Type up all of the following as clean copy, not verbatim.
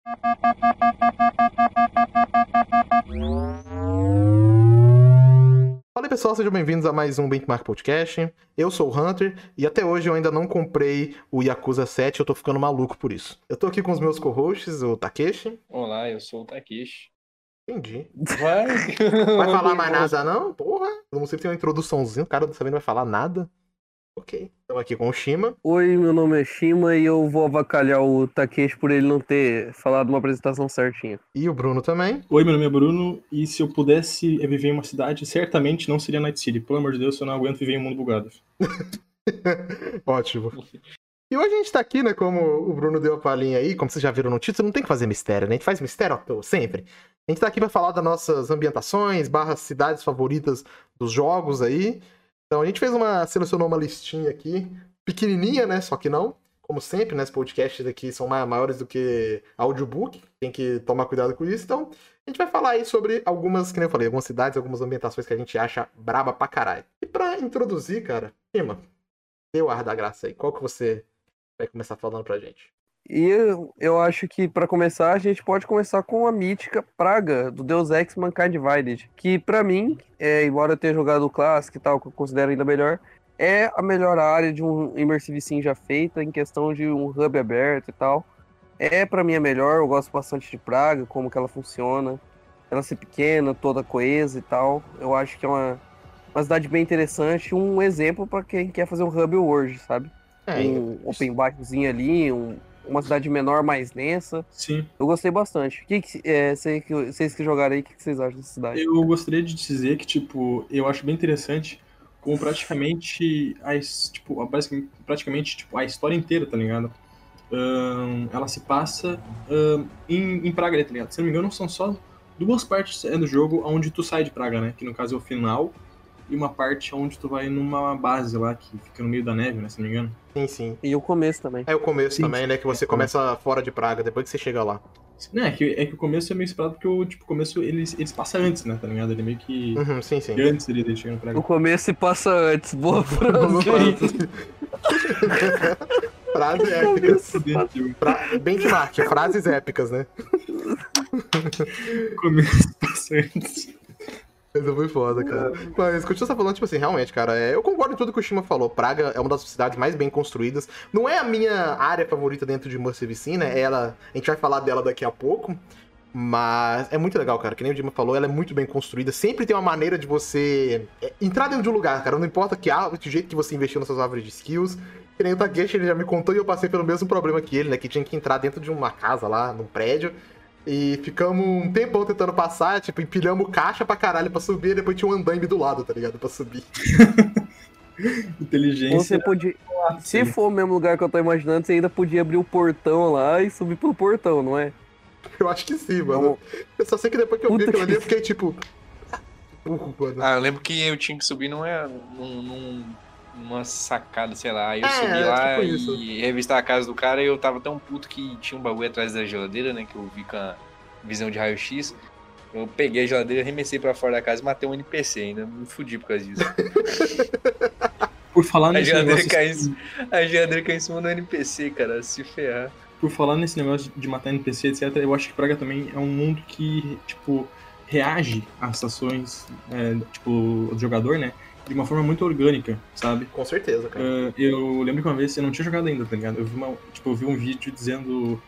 Fala aí, pessoal, sejam bem-vindos a mais um Benchmark Podcast. Eu sou o Hunter e até hoje eu ainda não comprei o Yakuza 7, eu tô ficando maluco por isso. Eu tô aqui com os meus co-hosts, o Takeshi. Olá, eu sou o Takeshi. Entendi. Vai! Vai falar mais nada não? Porra! Todo mundo sempre tem uma introduçãozinha, o cara dessa vez não vai falar nada. Ok. Estamos aqui com o Shima. Oi, meu nome é Shima e eu vou avacalhar o Takeshi por ele não ter falado uma apresentação certinha. E o Bruno também. Oi, meu nome é Bruno, e se eu pudesse viver em uma cidade, certamente não seria Night City. Pelo amor de Deus, eu não aguento viver em um mundo bugado. Ótimo. E hoje a gente tá aqui, né, como o Bruno deu a palhinha aí, como vocês já viram no título, não tem que fazer mistério, né? A gente faz mistério à toa, sempre. A gente tá aqui pra falar das nossas ambientações, cidades favoritas dos jogos aí. Então a gente selecionou uma listinha aqui, pequenininha, né, só que não. Como sempre, né, os podcasts aqui são maiores do que audiobook, tem que tomar cuidado com isso. Então a gente vai falar aí sobre algumas, que nem eu falei, algumas cidades, algumas ambientações que a gente acha braba pra caralho. E pra introduzir, cara, Shima, dê o ar da graça aí. Qual que você vai começar falando pra gente? E eu acho que pra começar a gente pode começar com a mítica Praga do Deus Ex Mankind Divided, que pra mim, embora eu tenha jogado o Classic e tal, que eu considero ainda melhor, é a melhor área de um Immersive Sim já feita em questão de um hub aberto e tal. É pra mim a melhor, eu gosto bastante de Praga, como que ela funciona, ela ser pequena, toda coesa e tal. Eu acho que é uma cidade bem interessante, um exemplo pra quem quer fazer um hub world, sabe? Um open barzinho ali, uma cidade menor, mais densa. Sim. Eu gostei bastante. Vocês que jogaram aí, o que vocês acham dessa cidade? Eu gostaria de dizer que, tipo, eu acho bem interessante como praticamente a história inteira, tá ligado? Ela se passa em Praga, tá ligado? Se não me engano, são só duas partes do jogo onde tu sai de Praga, né? Que no caso é o final, e uma parte onde tu vai numa base lá, que fica no meio da neve, né? Se não me engano. Sim, sim. E o começo também. É o começo Sim, também, né? Que você começa fora de Praga, depois que você chega lá. Não, é que o começo é meio separado porque o começo eles passam antes, né? Tá ligado? Ele é meio que Uhum, sim, sim. antes de chegar no Praga. O começo se passa antes. Boa frase. Frases épicas. Benchmark, frases épicas, né? O começo passa antes. Isso foi foda, cara. Mas, continua você falando, tipo assim, realmente, cara, eu concordo em tudo que o Shima falou. Praga é uma das cidades mais bem construídas. Não é a minha área favorita dentro de Immersive Sim, né? A gente vai falar dela daqui a pouco. Mas é muito legal, cara. Que nem o Dima falou, ela é muito bem construída. Sempre tem uma maneira de você entrar dentro de um lugar, cara. Não importa que jeito que você investiu nas suas árvores de skills. Que nem o Takeshi, ele já me contou e eu passei pelo mesmo problema que ele, né? Que tinha que entrar dentro de uma casa lá, num prédio. E ficamos um tempão tentando passar, tipo, empilhamos caixa pra caralho pra subir, e depois tinha um andaime do lado, tá ligado? Pra subir. Inteligência. Você podia, se for o mesmo lugar que eu tô imaginando, você ainda podia abrir o portão lá e subir pelo portão, não é? Eu acho que sim, mano. Eu só sei que depois que eu vi aquilo ali, eu fiquei tipo... mano. Eu lembro que eu tinha que subir numa sacada, sei lá. Aí eu subi lá tipo e revistar a casa do cara e eu tava tão puto que tinha um bagulho atrás da geladeira, né? Que eu vi com a visão de raio-x. Eu peguei a geladeira, arremessei pra fora da casa e matei um NPC ainda. Me fudi por causa disso. Por falar A nesse geladeira negócio... caiu em cima do NPC, cara. Se ferrar. Por falar nesse negócio de matar NPC, etc., eu acho que Praga também é um mundo que, tipo, reage às ações, do jogador, né? De uma forma muito orgânica, sabe? Com certeza, cara. Eu lembro que uma vez eu não tinha jogado ainda, tá ligado? Eu vi um vídeo dizendo,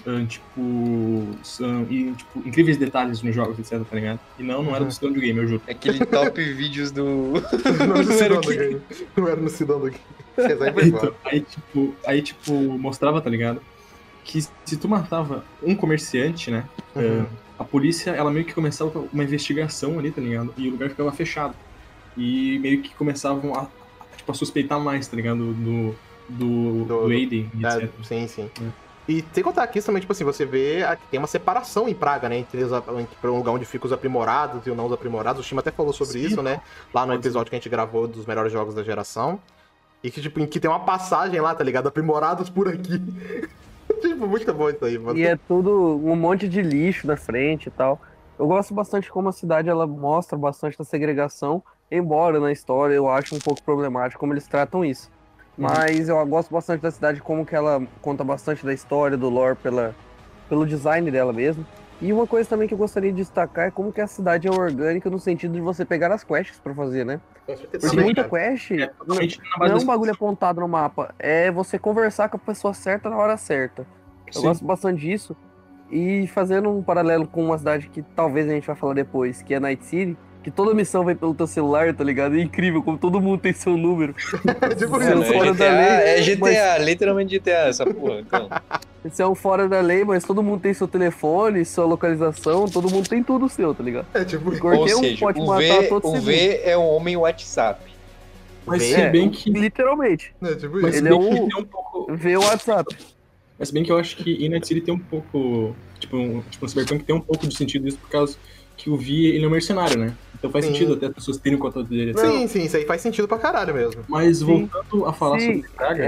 incríveis detalhes nos jogos, etc, tá ligado? E não era no Cidão do Game, eu juro. Aquele top vídeos do... Não era no Cidão do Game. Não era no Cidão do Game. Então, aí, mostrava, tá ligado? Que se tu matava um comerciante, né? A polícia, ela meio que começava uma investigação ali, tá ligado? E o lugar ficava fechado. E meio que começavam a suspeitar mais, tá ligado? Do Aiden, etc. Sim, sim. E sem contar aqui também, tipo assim, você vê que tem uma separação em Praga, né? Entre um lugar onde ficam os aprimorados e os não os Shima até falou sobre isso, né? Lá no episódio que a gente gravou dos melhores jogos da geração. E que, tipo, em que tem uma passagem lá, tá ligado? Aprimorados por aqui. Tipo, muito bom isso aí, mano. E é tudo um monte de lixo na frente e tal. Eu gosto bastante como a cidade ela mostra bastante da segregação, embora na história eu acho um pouco problemático como eles tratam isso. Mas eu gosto bastante da cidade, como que ela conta bastante da história, do lore pela pelo design dela mesmo. E uma coisa também que eu gostaria de destacar é como que a cidade é orgânica no sentido de você pegar as quests pra fazer, né? Com certeza. Porque Também, muita cara. quest totalmente na não base é um da bagulho apontado no mapa, é você conversar com a pessoa certa na hora certa. Eu Sim. gosto bastante disso. E fazendo um paralelo com uma cidade que talvez a gente vai falar depois, que é Night City, que toda missão vem pelo teu celular, tá ligado? É incrível como todo mundo tem seu número. Tipo Mano, isso. fora da GTA, lei, é GTA, literalmente GTA essa porra. Então, Isso é um fora da lei, mas todo mundo tem seu telefone, sua localização, todo mundo tem tudo seu, tá ligado? É tipo ou Qualquer um seja, pode o matar V, todo o segundo. V é um homem WhatsApp. Mas Vê, se bem que. Literalmente. É tipo Mas isso. se Ele é bem que um- tem um pouco. Vê o WhatsApp. Mas se bem que eu acho que em Night City tem um pouco. Tipo, no Cyberpunk tem um pouco de sentido isso por causa que o Vi ele é um mercenário, né? Então faz Sim. sentido até as pessoas terem o contato dele. Sim, sim, isso aí faz sentido pra caralho mesmo. Mas Sim. voltando a falar Sim, sobre Praga.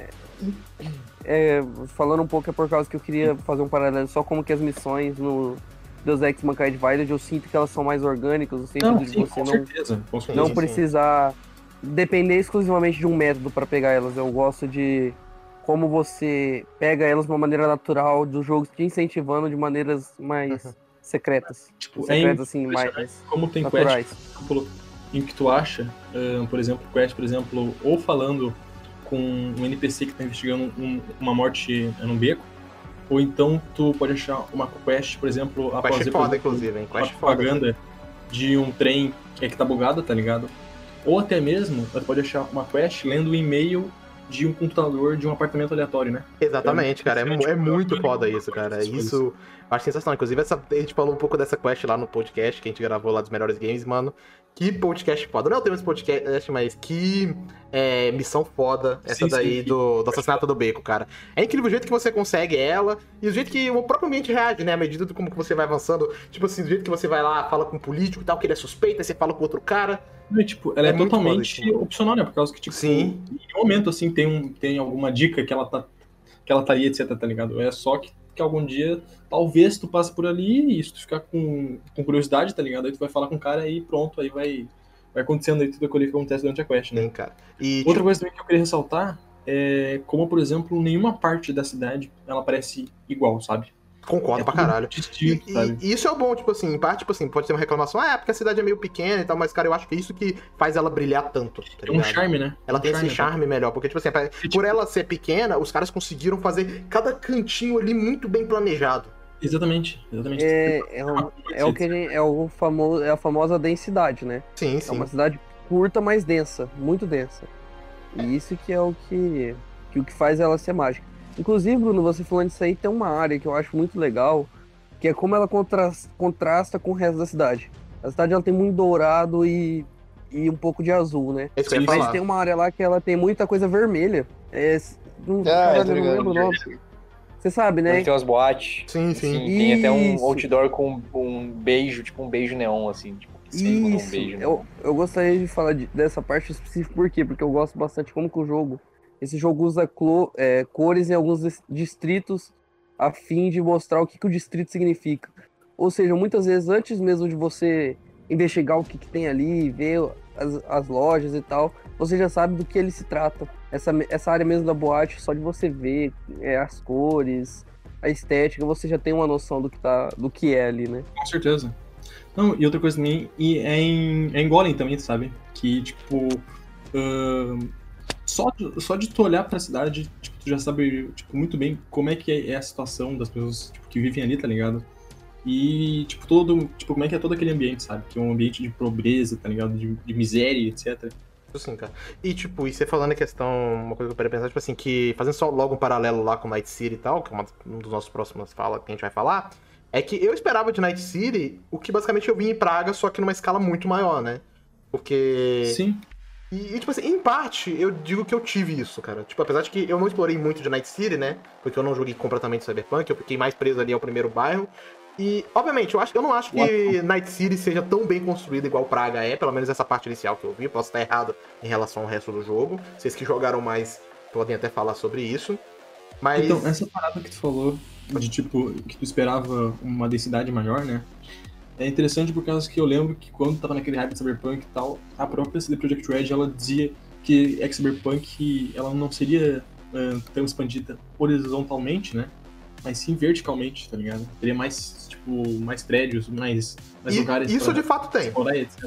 falando um pouco é por causa que eu queria fazer um paralelo só como que as missões no Deus Ex Mankind Divided, eu sinto que elas são mais orgânicas, no sentido Não, de sim, você com não, certeza. Com certeza. não sim. precisar depender exclusivamente de um método para pegar elas. Eu gosto de como você pega elas de uma maneira natural, do jogo te incentivando de maneiras mais secretas. Tipo, Secretas, assim, impressionante mais como tem naturais. quest, por exemplo, em que tu acha, por exemplo, quest, por exemplo, ou falando com um NPC que tá investigando uma morte num beco, ou então tu pode achar uma quest, por exemplo, após Quest ver, por foda, exemplo, inclusive, hein? uma Quest foda. propaganda de um trem que tá bugado, tá ligado? Ou até mesmo, tu pode achar uma quest lendo o e-mail de um computador de um apartamento aleatório, né? Exatamente, cara. É muito foda isso, cara. essas coisas. Isso eu acho sensacional. Inclusive, a gente falou um pouco dessa quest lá no podcast que a gente gravou lá dos melhores games, mano. Que podcast foda. Não é o tema desse podcast, mas que missão foda essa Sim, daí sim. do assassinato do Beco, cara. É incrível o jeito que você consegue ela e o jeito que o próprio ambiente reage, né? À medida do como que você vai avançando. Tipo assim, do jeito que você vai lá, fala com um político e tal, que ele é suspeito, aí você fala com outro cara. E, tipo, ela É é, muito foda totalmente isso, mano. opcional, né? Por causa que, tipo, Sim. em um momento, assim, tem alguma dica que ela tá ali, etc, tá ligado? É só que algum dia, talvez tu passe por ali e se tu ficar com curiosidade, tá ligado? Aí tu vai falar com o cara e pronto, aí vai acontecendo aí tudo aquilo que acontece durante a quest, né? Sim, cara. E, Outra coisa também que eu queria ressaltar é como, por exemplo, nenhuma parte da cidade, ela parece igual, sabe? concordo pra tudo caralho. distinto, sabe? E isso é o bom, tipo assim, em parte, tipo assim, pode ter uma reclamação, porque a cidade é meio pequena e tal, mas, cara, eu acho que é isso que faz ela brilhar tanto, tá É um ligado? charme, né? Ela tem esse né? charme melhor, porque, tipo assim, por ela ser pequena, os caras conseguiram fazer cada cantinho ali muito bem planejado. Exatamente. É o que é a famosa densidade, né? Sim, É sim. uma cidade curta, mas densa, muito densa. E isso que é o que faz ela ser mágica. Inclusive, Bruno, você falando disso aí, tem uma área que eu acho muito legal, que é como ela contrasta com o resto da cidade. A cidade ela tem muito dourado e um pouco de azul, né? É isso que eu ia Sim, falar. Mas tem uma área lá que ela tem muita coisa vermelha. eu Caralho, tô eu não ligado. lembro o nome. Você sabe, né? Tem umas boates. Sim, sim. Tem até um Isso. outdoor com um beijo, tipo um beijo neon, assim. Tipo, símbolo de um Isso, beijo neon. eu gostaria de falar dessa parte específica, por quê? Porque eu gosto bastante como que esse jogo usa cores em alguns distritos a fim de mostrar o que o distrito significa. Ou seja, muitas vezes, antes mesmo de você investigar o que tem ali, ver as lojas e tal, você já sabe do que ele se trata. Essa área mesmo da boate, só de você ver as cores, a estética, você já tem uma noção do que é ali, né? Com certeza. Não, e outra coisa também, e é em Golem também, sabe? Que, tipo, só de tu olhar pra cidade, tipo, tu já sabe, tipo, muito bem como é que é a situação das pessoas, tipo, que vivem ali, tá ligado? E, tipo, como é que é todo aquele ambiente, sabe? Que é um ambiente de pobreza, tá ligado? De miséria, etc. Sim, cara. E, tipo, e você falando a questão, uma coisa que eu parei pensar, tipo assim, que fazendo só logo um paralelo lá com Night City e tal, que é um dos nossos próximos falas que a gente vai falar, é que eu esperava de Night City o que basicamente eu vi em Praga, só que numa escala muito maior, né? Porque... Sim. E, tipo assim, em parte, eu digo que eu tive isso, cara. Tipo, apesar de que eu não explorei muito de Night City, né? Porque eu não joguei completamente Cyberpunk, eu fiquei mais preso ali ao primeiro bairro. E, obviamente, eu não acho que Night City seja tão bem construída igual Praga é, pelo menos essa parte inicial que eu vi. Posso estar errado em relação ao resto do jogo. Vocês que jogaram mais podem até falar sobre isso. Mas... Então, essa parada que tu falou, de tipo, que tu esperava uma densidade maior, né? É interessante por causa que eu lembro que quando tava naquele hype de Cyberpunk e tal, a própria CD Projekt Red, ela dizia que Cyberpunk, ela não seria tão expandida horizontalmente, né? mas sim verticalmente, tá ligado? Teria mais, tipo, mais prédios, mais lugares. Isso pra de fato tem. explorar, etc.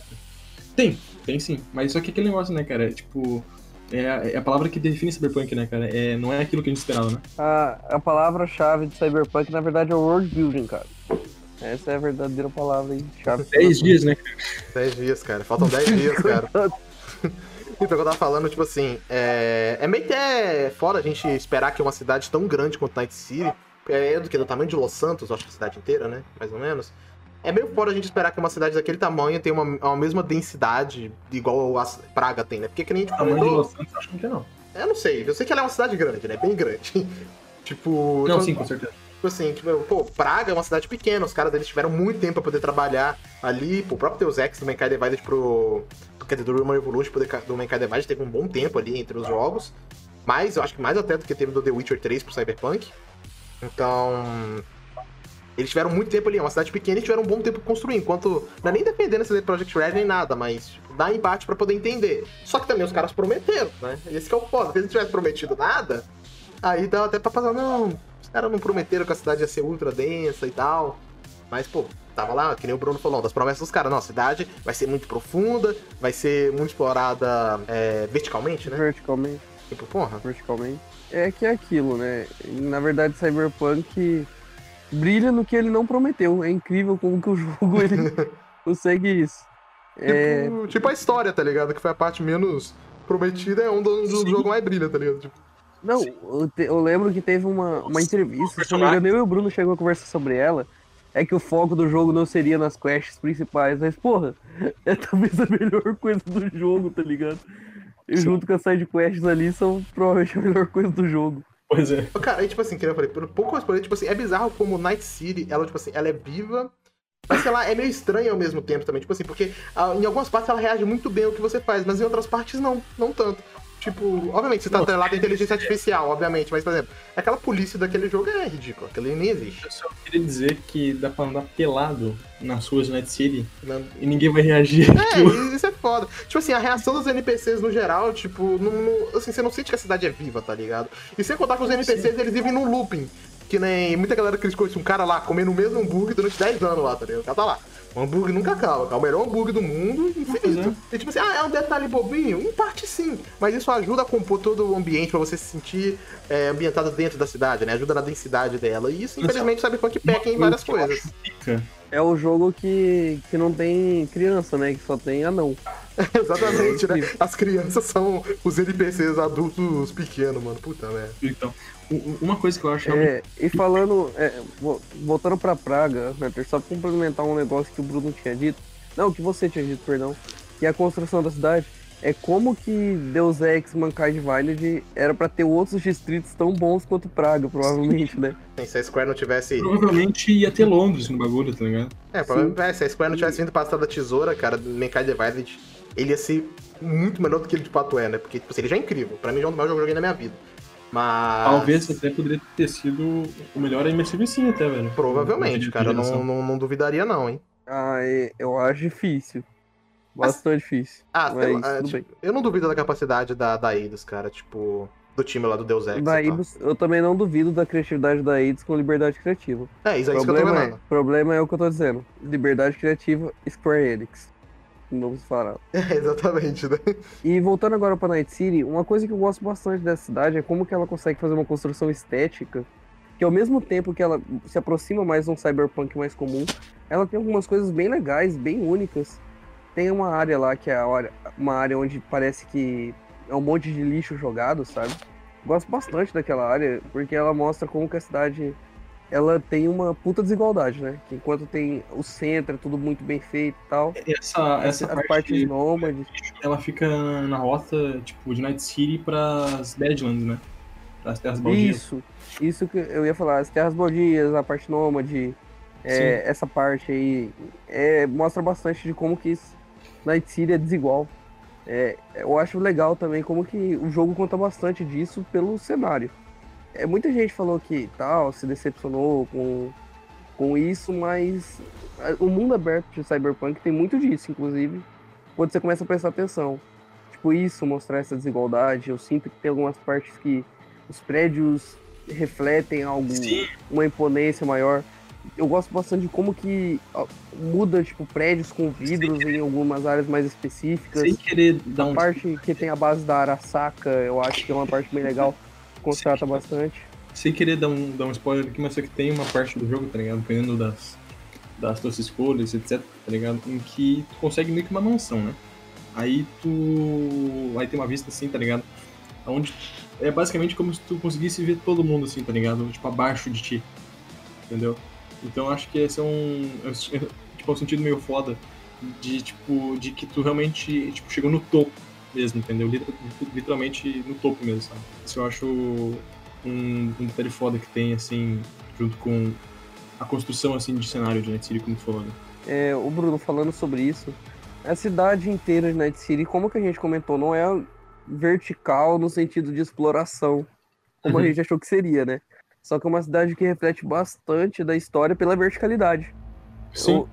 Tem sim. Mas só que aquele negócio, né, cara? Tipo, é a palavra que define Cyberpunk, né, cara? Não é aquilo que a gente esperava, né? A palavra-chave de Cyberpunk, na verdade, é o world building, cara. Essa é a verdadeira palavra aí, chave. 10 dias, né? 10 dias, cara. Faltam 10 dias, cara. Então, eu tava falando, tipo assim, é meio que fora a gente esperar que uma cidade tão grande quanto Night City, do tamanho de Los Santos, acho que a cidade inteira, né? Mais ou menos. É meio fora a gente esperar que uma cidade daquele tamanho tenha uma mesma densidade igual a Praga tem, né? Porque que nem a gente O tamanho de comentou. Los Santos, acho que não tem, não. Eu não sei, eu sei que ela é uma cidade grande, né? Bem grande. Tipo. Não, tipo, sim, com certeza. Tipo assim, pô, Praga é uma cidade pequena, os caras deles tiveram muito tempo pra poder trabalhar ali. Pô, o próprio Deus Ex do Mankind Divided quer dizer, do Human Revolution do Mankind Divided teve um bom tempo ali entre os jogos. Mas eu acho que mais até do que teve do The Witcher 3 pro Cyberpunk. Então. Eles tiveram muito tempo ali, é uma cidade pequena e tiveram um bom tempo pra construir. Enquanto. Não é nem dependendo se é Project Red nem nada, mas tipo, dá embate pra poder entender. Só que também os caras prometeram, né? E esse que é o foda. Se eles não tivessem prometido nada, aí dava até pra passar, não. Os caras não prometeram que a cidade ia ser ultra densa e tal. Mas, pô, tava lá, que nem o Bruno falou, das promessas dos caras. Não, a cidade vai ser muito profunda, vai ser muito explorada verticalmente, né? Verticalmente. Tipo, porra. Verticalmente. É que é aquilo, né? Na verdade, Cyberpunk brilha no que ele não prometeu. É incrível como que o jogo ele consegue isso. Tipo a história, tá ligado? Que foi a parte menos prometida, é onde o jogo mais brilha, tá ligado? Tipo, Não, eu lembro que teve uma entrevista, se não me engano, eu e o Bruno chegou a conversar sobre ela. É que o foco do jogo não seria nas quests principais, mas, porra, é talvez a melhor coisa do jogo, tá ligado? E junto com as side quests ali são provavelmente a melhor coisa do jogo. Pois é. cara, aí, tipo assim, que eu falei, por pouco mais tipo assim, é bizarro como Night City, ela, tipo assim, ela é viva, mas sei lá, é meio estranha ao mesmo tempo também, tipo assim, porque em algumas partes ela reage muito bem ao que você faz, mas em outras partes não tanto. Tipo, obviamente, você tá atrelado à inteligência artificial, obviamente, mas, por exemplo, aquela polícia daquele jogo é ridícula, aquele nem existe. Eu só queria dizer que dá pra andar pelado nas ruas de Night City Não. e ninguém vai reagir. Isso é foda. Tipo assim, a reação dos NPCs no geral, tipo, assim, você não sente que a cidade é viva, tá ligado? E sem contar que os NPCs, eles vivem num looping. Que nem muita galera criticou isso, um cara lá comendo o mesmo hambúrguer durante 10 anos lá, tá ligado? O cara tá lá. O hambúrguer nunca acaba, é o melhor hambúrguer do mundo, infinito. E tipo assim, é um detalhe bobinho? Em parte sim, mas isso ajuda a compor todo o ambiente pra você se sentir ambientado dentro da cidade, né? Ajuda na densidade dela. E isso, infelizmente, Cyberpunk peca em várias coisas. É o jogo que não tem criança, né? Que só tem anão. Exatamente, né? As crianças são os NPCs adultos pequenos, mano. Puta merda. Então, uma coisa que eu acho... E falando, voltando pra Praga, né, só pra complementar um negócio que o Bruno tinha dito, não, que você tinha dito, perdão, que a construção da cidade é como que Deus Ex Mankind Divided era pra ter outros distritos tão bons quanto Praga, provavelmente, né? Se a Square não tivesse... Provavelmente ia ter Londres no bagulho, tá ligado? Provavelmente, se a Square não tivesse vindo passar da tesoura, cara, do Mankind Divided, ele ia ser muito melhor do que ele de fato é, né? Porque, tipo, ele já é incrível. Pra mim, já é um dos maiores jogos que eu joguei na minha vida. Mas... Talvez até poderia ter sido o melhor Immersive Sim até, velho. Provavelmente, cara. Eu não duvidaria não, hein? Eu acho difícil. Bastante difícil. Mas tudo bem. Eu não duvido da capacidade da Eidos, cara. Tipo, do time lá do Deus Ex. Da Eidos, eu também não duvido da criatividade da Eidos com liberdade criativa. Isso é isso que eu tô vendo. O problema é o que eu tô dizendo. Liberdade criativa, Square Enix. Não vamos falar. Exatamente, né? E voltando agora pra Night City, uma coisa que eu gosto bastante dessa cidade é como que ela consegue fazer uma construção estética que ao mesmo tempo que ela se aproxima mais de um cyberpunk mais comum, ela tem algumas coisas bem legais, bem únicas. Tem uma área lá que é uma área onde parece que é um monte de lixo jogado, sabe? Gosto bastante daquela área, porque ela mostra como que a cidade ela tem uma puta desigualdade, né? Que enquanto tem o centro, é tudo muito bem feito e tal. Essa as partes nômades. Ela fica na rota, tipo, de Night City pras Badlands, né? Pras Terras Baldias. Isso que eu ia falar. As Terras Baldias, a parte nômade, essa parte aí, mostra bastante de como que Night City é desigual. Eu acho legal também como que o jogo conta bastante disso pelo cenário. Muita gente falou que se decepcionou com isso, mas o mundo aberto de Cyberpunk tem muito disso, inclusive, quando você começa a prestar atenção. Tipo, mostrar essa desigualdade. Eu sinto que tem algumas partes que os prédios refletem algo, Sim. uma imponência maior. Eu gosto bastante de como que muda, tipo, prédios com vidros em algumas áreas mais específicas. Sem querer dar A parte que tem a base da Arasaka, eu acho que é uma parte bem legal, contrata bastante. Sem querer dar um spoiler aqui, mas só que tem uma parte do jogo, tá ligado? Dependendo das tuas escolhas, etc, tá ligado? Em que tu consegue meio que uma mansão, né? Aí tem uma vista assim, tá ligado? Onde é basicamente como se tu conseguisse ver todo mundo assim, tá ligado? Tipo, abaixo de ti, entendeu? Então acho que esse é um sentido meio foda de que tu realmente, tipo, chegou no topo mesmo, entendeu? Literalmente no topo mesmo, sabe? Isso eu acho um detalhe foda que tem, assim, junto com a construção, assim, de cenário de Night City, como tu falou, né? O Bruno falando sobre isso, a cidade inteira de Night City, como que a gente comentou, não é vertical no sentido de exploração, como a gente achou que seria, né? Só que é uma cidade que reflete bastante da história pela verticalidade. Sim.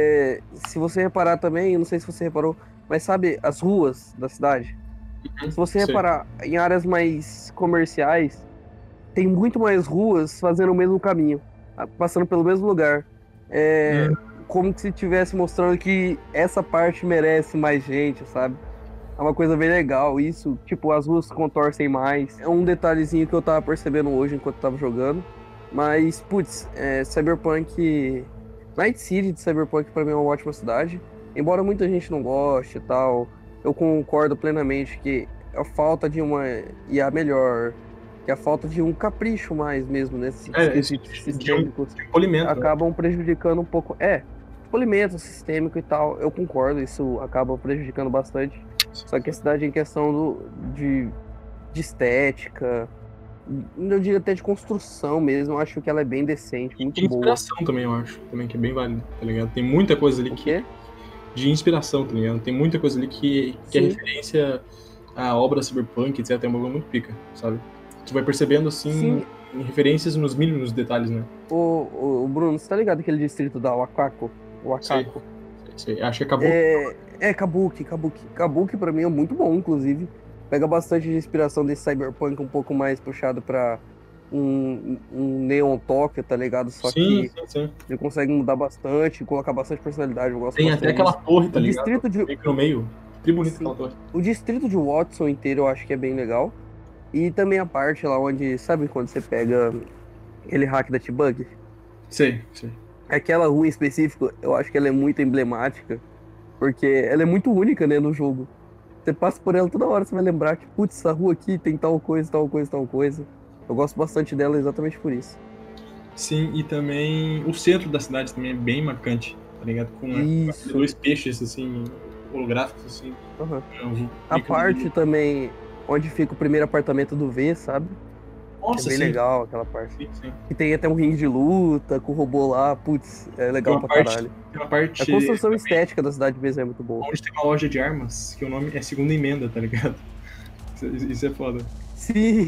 Se você reparar também, eu não sei se você reparou, mas sabe as ruas da cidade? Se você Sim. reparar em áreas mais comerciais, tem muito mais ruas fazendo o mesmo caminho, passando pelo mesmo lugar. Como que se estivesse mostrando que essa parte merece mais gente, sabe? É uma coisa bem legal isso, tipo, as ruas contorcem mais. É um detalhezinho que eu tava percebendo hoje enquanto eu tava jogando. Mas, putz, Cyberpunk... Night City de Cyberpunk pra mim é uma ótima cidade. Embora muita gente não goste e tal, eu concordo plenamente que a falta de uma IA melhor, que a falta de um capricho mais mesmo nesses quesitos sistêmicos Polimento, acabam prejudicando um pouco. Polimento sistêmico e tal, eu concordo, isso acaba prejudicando bastante. Só que a cidade em questão de estética, eu diria até de construção mesmo, eu acho que ela é bem decente, muito de boa. inspiração também, eu acho, também que é bem válido, tá ligado? Tem muita coisa ali O quê? de inspiração, tá ligado? Tem muita coisa ali que é Sim. referência à obra Cyberpunk, etc, tem um bagulho muito pica, sabe? Tu vai percebendo, assim, Sim. em referências nos mínimos detalhes, né? O Bruno, você tá ligado aquele distrito da Wakako? Wakako. Sei. Acho que acabou. Kabuki. Kabuki pra mim é muito bom, inclusive. Pega bastante de inspiração desse Cyberpunk um pouco mais puxado pra um Neon Tokyo, tá ligado? Só que sim. ele consegue mudar bastante, colocar bastante personalidade. Eu gosto Tem bastante até aquela disso. torre, tá O ligado? distrito de- Meio que no meio. Que bonito Sim. aquela torre. O distrito de Watson inteiro eu acho que é bem legal. E também a parte lá onde, sabe quando você pega aquele hack da T-Bug? Sei. Aquela rua em específico, eu acho que ela é muito emblemática, porque ela é muito única, né, no jogo. Você passa por ela toda hora, você vai lembrar que, putz, essa rua aqui tem tal coisa. Eu gosto bastante dela exatamente por isso. Sim, e também o centro da cidade também é bem marcante, tá ligado? Com Isso. dois peixes, assim, holográficos, assim. Uhum. Um A parte também onde fica o primeiro apartamento do V, sabe? Nossa, É bem sim. legal aquela parte. Sim. Que tem até um ringue de luta com o robô lá, putz, é legal pra caralho. Tem uma parte A construção estética da cidade mesmo é muito boa. onde tem uma loja de armas, que o nome é Segunda Emenda, tá ligado? Isso é foda. Sim.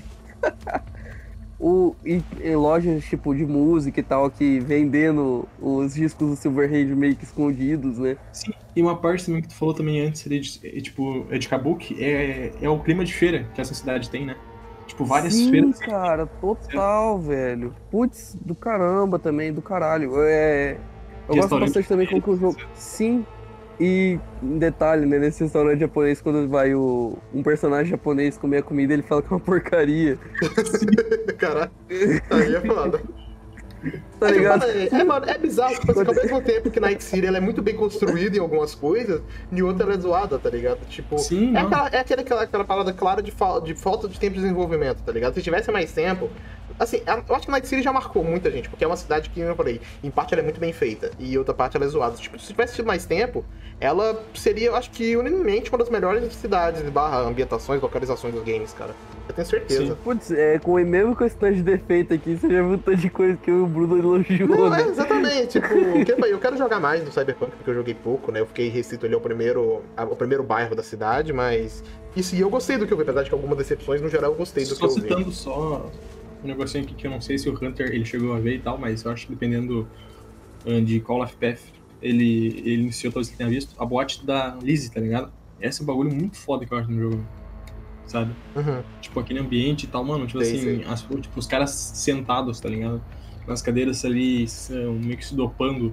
Em lojas tipo de música e tal, que vendendo os discos do Silverhand meio que escondidos, né? Sim, e uma parte também que tu falou também antes ali, de Kabuki, é o clima de feira que essa cidade tem, né? Tipo, várias Sim, feiras. cara, total, velho. Putz, do caramba também, do caralho. Eu gosto Restaurante bastante também como que o jogo. Sim. E um detalhe, né? Nesse restaurante japonês, quando vai um personagem japonês comer a comida, ele fala que é uma porcaria. Caralho, aí é foda. Tá ligado? Mano, é bizarro, tipo assim, que ao mesmo tempo que Night City ela é muito bem construída em algumas coisas, em outra ela é zoada, tá ligado? Tipo, Sim, aquela parada clara de falta de tempo de desenvolvimento, tá ligado? Se tivesse mais tempo. Assim, eu acho que Night City já marcou muita gente, porque é uma cidade que, como eu falei, em parte ela é muito bem feita, e outra parte ela é zoada. Tipo, se tivesse tido mais tempo, ela seria, eu acho que, unanimemente, uma das melhores cidades, ambientações, localizações dos games, cara. Eu tenho certeza. Sim. Putz, mesmo com esse tanto de defeito aqui, você já viu tanto de coisa que o Bruno elogiou, Não, né? exatamente. Tipo, eu quero jogar mais no Cyberpunk, porque eu joguei pouco, né? Eu fiquei restrito ali ao primeiro bairro da cidade, mas... Isso, e eu gostei do que eu vi, apesar de que algumas decepções, no geral, eu gostei do que eu vi. Só citando só um negocinho aqui que eu não sei se o Hunter ele chegou a ver e tal, mas eu acho que dependendo de Call of Path, ele iniciou, talvez você tenha visto, a boate da Lizzie, tá ligado? Esse é um bagulho muito foda que eu acho no jogo. sabe? Uhum. Tipo, aquele ambiente e tal, mano, tipo Sei, assim, tipo, os caras sentados, tá ligado? Nas cadeiras ali, meio que se dopando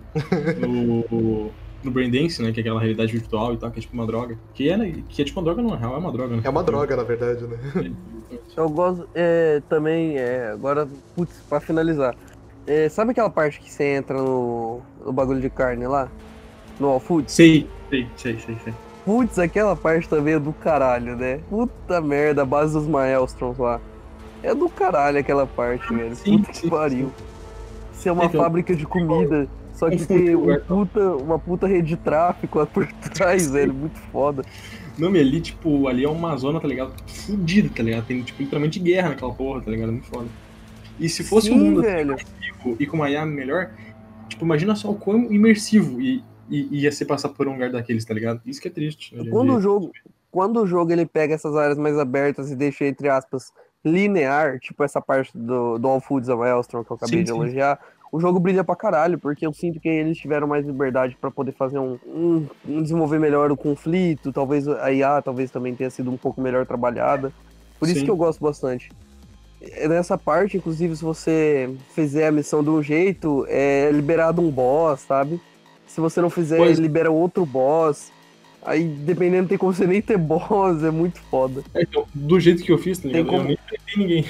no Braindance, né? Que é aquela realidade virtual e tal, que é tipo uma droga. Que é tipo uma droga, não, na real é uma droga, né? É uma droga, na verdade, né? Eu gosto também, agora, putz, pra finalizar. Sabe aquela parte que você entra no bagulho de carne lá? No All Foods? Sei. Putz, aquela parte também é do caralho, né? Puta merda, a base dos Maelstrons lá. É do caralho aquela parte, velho. Sim, Puta que sim, pariu. Isso é uma Então, fábrica de comida, só que tem uma puta rede de tráfico lá por trás, velho. Muito foda. Não, e ali, tipo, ali é uma zona, tá ligado? Fudida, tá ligado? Tem, tipo, literalmente guerra naquela porra, tá ligado? Muito foda. E se fosse um Sim, mundo assim, velho. imersivo e com uma IA melhor, tipo, imagina só o quão imersivo ia ser passar por um lugar daqueles, tá ligado? Isso que é triste. Hoje em Quando dia. o jogo ele pega essas áreas mais abertas e deixa, entre aspas, linear, tipo essa parte do All Foods of Maelstrom que eu acabei Sim, de sim. elogiar, o jogo brilha pra caralho, porque eu sinto que eles tiveram mais liberdade pra poder fazer um desenvolver melhor o conflito, talvez a IA talvez também tenha sido um pouco melhor trabalhada. Por isso Sim. que eu gosto bastante. Nessa parte, inclusive, se você fizer a missão de um jeito, é liberado um boss, sabe? Se você não fizer, Pois- libera outro boss. Aí, dependendo, tem como você nem ter boss, é muito foda. Então, do jeito que eu fiz, tá Tem ligado? Eu como- nem enfrentei ninguém.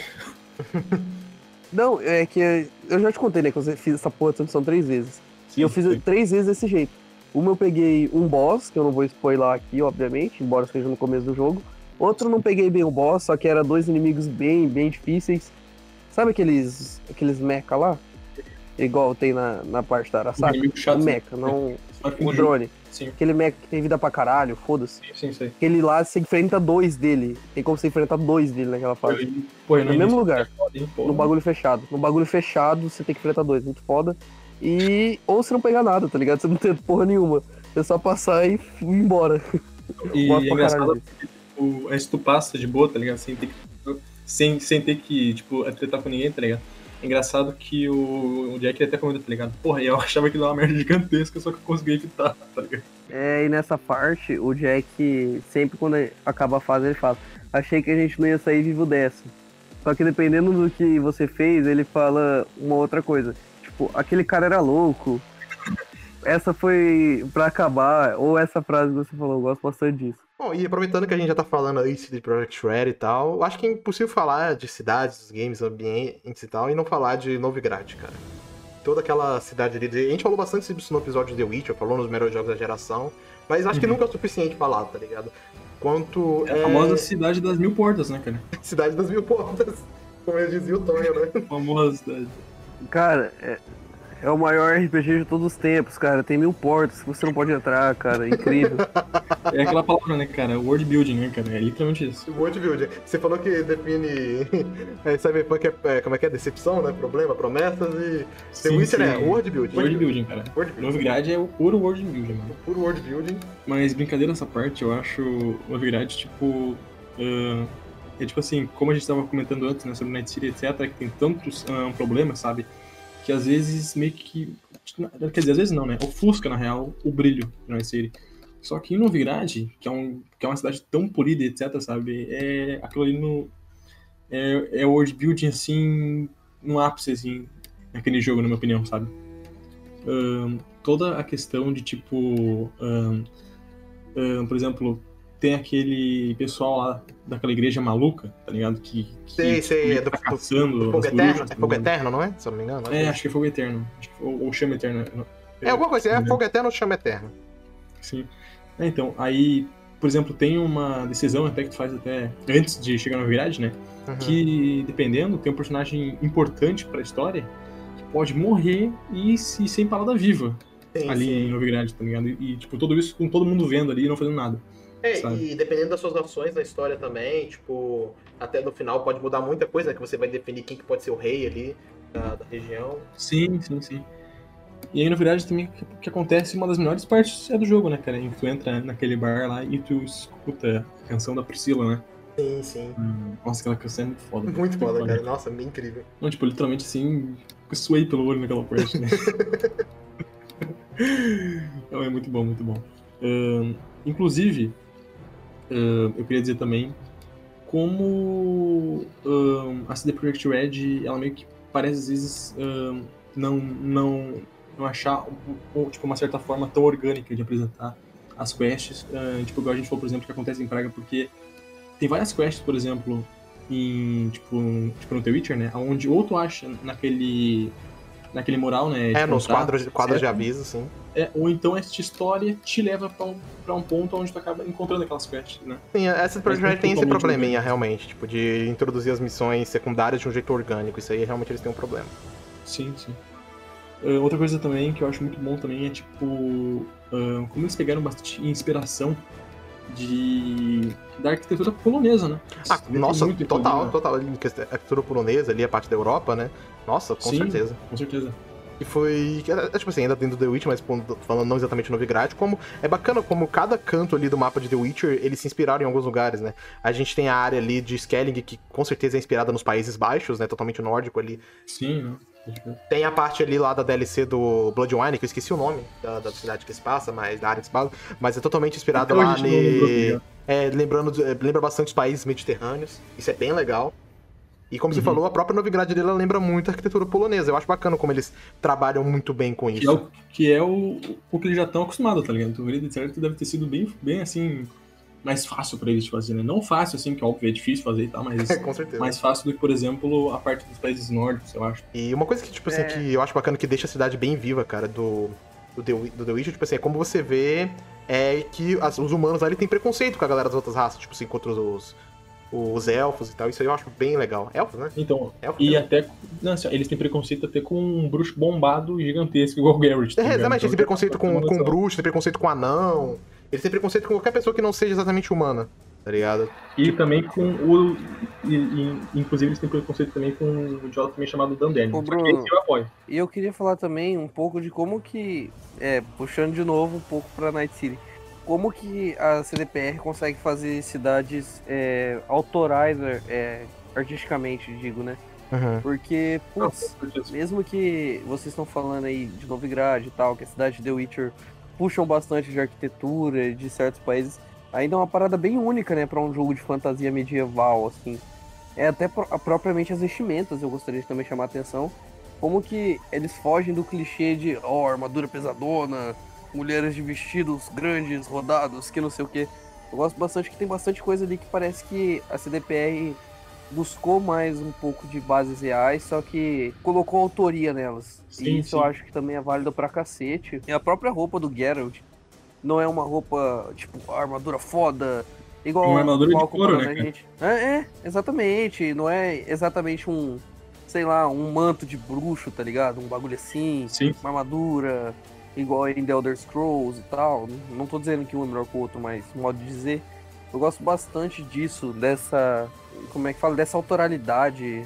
Não, é que eu já te contei, né, que eu fiz essa porra de missão 3 vezes. E eu fiz Sim. 3 vezes desse jeito. Uma eu peguei um boss, que eu não vou spoiler aqui, obviamente, embora seja no começo do jogo. Outro eu não peguei bem o boss, só que era 2 inimigos bem difíceis. Sabe aqueles mecha lá? Igual tem na parte da Arasaka? Inimigo chato, O né? mecha, não Só que o no drone. Sim, Aquele mecha que tem vida pra caralho, foda-se. sim. Aquele lá, você enfrenta 2 dele. Tem como você enfrentar 2 dele naquela fase. Pô, No mesmo lugar. Pô, No bagulho fechado. No bagulho fechado, você tem que enfrentar 2. Muito foda. Ou você não pegar nada, tá ligado? Você não tem porra nenhuma. É só passar e ir embora. E Gosto é pra caralho engraçado disso. porque, tipo, tu passa de boa, tá ligado? Sem ter que, tipo, tretar com ninguém, tá ligado? É engraçado que o Jack ele até comenta, tá ligado? Porra, e eu achava que ele era uma merda gigantesca, só que eu consegui evitar, tá ligado? E nessa parte, o Jack, sempre quando acaba a fase, ele fala: achei que a gente não ia sair vivo dessa. Só que dependendo do que você fez, ele fala uma outra coisa. Tipo, aquele cara era louco. Essa foi pra acabar, ou essa frase que você falou, eu gosto bastante disso. Bom, e aproveitando que a gente já tá falando aí de Project Red e tal, eu acho que é impossível falar de cidades, games, ambientes e tal, e não falar de Novigrad, cara. Toda aquela cidade ali. A gente falou bastante sobre isso no episódio de The Witcher, falou nos melhores jogos da geração, mas acho que nunca é o suficiente falar, tá ligado? Quanto É a famosa cidade das 1000 portas, né, cara? Cidade das 1000 portas, como eu dizia o Tonho, né? A famosa cidade. Cara, é o maior RPG de todos os tempos, cara. Tem 1000 portas que você não pode entrar, cara. Incrível. É aquela palavra, né, cara? World building, né, cara? É literalmente isso. World Building. Você falou que define Cyberpunk como é que é? Decepção, né? Problema, promessas e... The Witcher é World Building. World building, cara. World building. Novigrad é o puro world building, mano. Puro World Building. Mas brincadeira essa parte, eu acho Novigrad, tipo... é tipo assim, como a gente tava comentando antes, né, sobre Night City, etc., que tem tantos problemas, sabe? Que às vezes meio que... Quer dizer, às vezes não, né? Ofusca, na real, o brilho de Night City. Só que em Novigrad, que é uma cidade tão polida, etc., sabe? Aquilo ali no... É world building, assim, no ápice, assim, naquele jogo, na minha opinião, sabe? Toda a questão de, tipo... por exemplo, tem aquele pessoal lá daquela igreja maluca, tá ligado? Que Sei, é do caçando Fogo as Eterno. bruxas, É Fogo tá ligado? Eterno, não é? Se eu não me engano. Acho que é Fogo Eterno. Ou Chama Eterna. É alguma coisa, Não é lembro. Fogo Eterno ou Chama Eterno. Sim. Então, aí, por exemplo, tem uma decisão até que tu faz até antes de chegar na Novigrad, né? Uhum. Que, dependendo, tem um personagem importante pra história que pode morrer e se ser empalada viva Sim, ali em sim. Novigrad, tá ligado? E, tipo, tudo isso com todo mundo vendo ali e não fazendo nada. sabe? E dependendo das suas ações na história também, tipo, até no final pode mudar muita coisa, né? Que você vai definir quem que pode ser o rei ali da região. Sim. E aí, na verdade, também o que acontece, uma das melhores partes é do jogo, né, cara? Tu entra naquele bar lá e tu escuta a canção da Priscila, né? Sim. Nossa, aquela canção é muito foda. Muito foda, cara. Nossa, incrível. Não, tipo, literalmente assim, eu suei pelo olho naquela parte, né? Não, é muito bom, muito bom. Inclusive, eu queria dizer também como a CD Projekt Red, ela meio que parece às vezes não achar tipo, uma certa forma tão orgânica de apresentar as quests, tipo, igual a gente falou, por exemplo, que acontece em Praga, porque tem várias quests, por exemplo, tipo no The Witcher, né, onde ou tu acha naquele mural, né, de Nos contato, quadros de etc. aviso, sim. Ou então essa história te leva pra um ponto onde tu acaba encontrando aquelas quests, né. Sim, essa Project Red tem esse totalmente probleminha, orgânico. realmente, tipo, de introduzir as missões secundárias de um jeito orgânico. Isso aí, realmente, eles têm um problema. Sim. Outra coisa também que eu acho muito bom também é, tipo, como eles pegaram bastante inspiração da arquitetura polonesa, né? Nossa, Muito total. inclusive, A cultura polonesa ali, a parte da Europa, né? Nossa, com Sim, certeza. com certeza. E foi, tipo assim, ainda dentro do The Witcher, mas falando não exatamente Novigrad, como é bacana como cada canto ali do mapa de The Witcher, eles se inspiraram em alguns lugares, né? A gente tem a área ali de Skellig, que com certeza é inspirada nos Países Baixos, né? Totalmente nórdico ali. Sim, né? Tem a parte ali lá da DLC do Bloodwine, que eu esqueci o nome da cidade que se passa, mas da área que se passa, mas é totalmente inspirado Até hoje lá a gente não lembrou, tá ligado? lembra bastante os países mediterrâneos. Isso é bem legal. E como você Uhum. falou, a própria Novigrad dele ela lembra muito a arquitetura polonesa. Eu acho bacana como eles trabalham muito bem com isso. Que é o que eles já estão acostumados, tá ligado? Então, ele, de certo, deve ter sido bem assim, mais fácil pra eles de fazer, né? Não fácil, assim, que óbvio é difícil fazer e tal, mas Com certeza. mais fácil do que, por exemplo, a parte dos países nórdicos, eu acho. E uma coisa que, tipo assim, que eu acho bacana que deixa a cidade bem viva, cara, do The Witcher, tipo assim, é como você vê que os humanos lá, ele tem preconceito com a galera das outras raças, tipo assim, contra os elfos e tal. Isso aí eu acho bem legal. Elfos, né? Então, Elfos, e né? até... Não, assim, eles têm preconceito até com um bruxo bombado gigantesco igual o Garrett. Tá ligado? Exatamente, eles têm Então, preconceito pra ter uma com noção. bruxo, tem preconceito com anão. Eles têm preconceito com qualquer pessoa que não seja exatamente humana, tá ligado? E também com inclusive, eles têm preconceito também com um idiota também chamado Dandelion. Ô, Só que Bruno. esse eu apoio. E eu queria falar também um pouco de como que, puxando de novo um pouco pra Night City, como que a CDPR consegue fazer cidades autorais, artisticamente, digo, né? Uhum. Porque, putz, mesmo que vocês estão falando aí de Novigrad e tal, que a cidade de The Witcher puxam bastante de arquitetura de certos países, ainda é uma parada bem única, né, pra um jogo de fantasia medieval, assim. Até propriamente as vestimentas, eu gostaria de também chamar a atenção. Como que eles fogem do clichê de armadura pesadona, mulheres de vestidos grandes, rodados, que não sei o que. Eu gosto bastante que tem bastante coisa ali que parece que a CDPR buscou mais um pouco de bases reais, só que colocou autoria nelas. Sim, e isso sim. eu acho que também é válido pra cacete. E a própria roupa do Geralt não é uma roupa, tipo, armadura foda, igual Uma armadura de igual couro, comparando né, a cara? gente. Exatamente. Não é exatamente um, sei lá, um manto de bruxo, tá ligado? Um bagulho assim, Sim. uma armadura, igual em The Elder Scrolls e tal. Não tô dizendo que um é melhor que o outro, mas modo de dizer. Eu gosto bastante disso, dessa. Como é que fala? Dessa autoralidade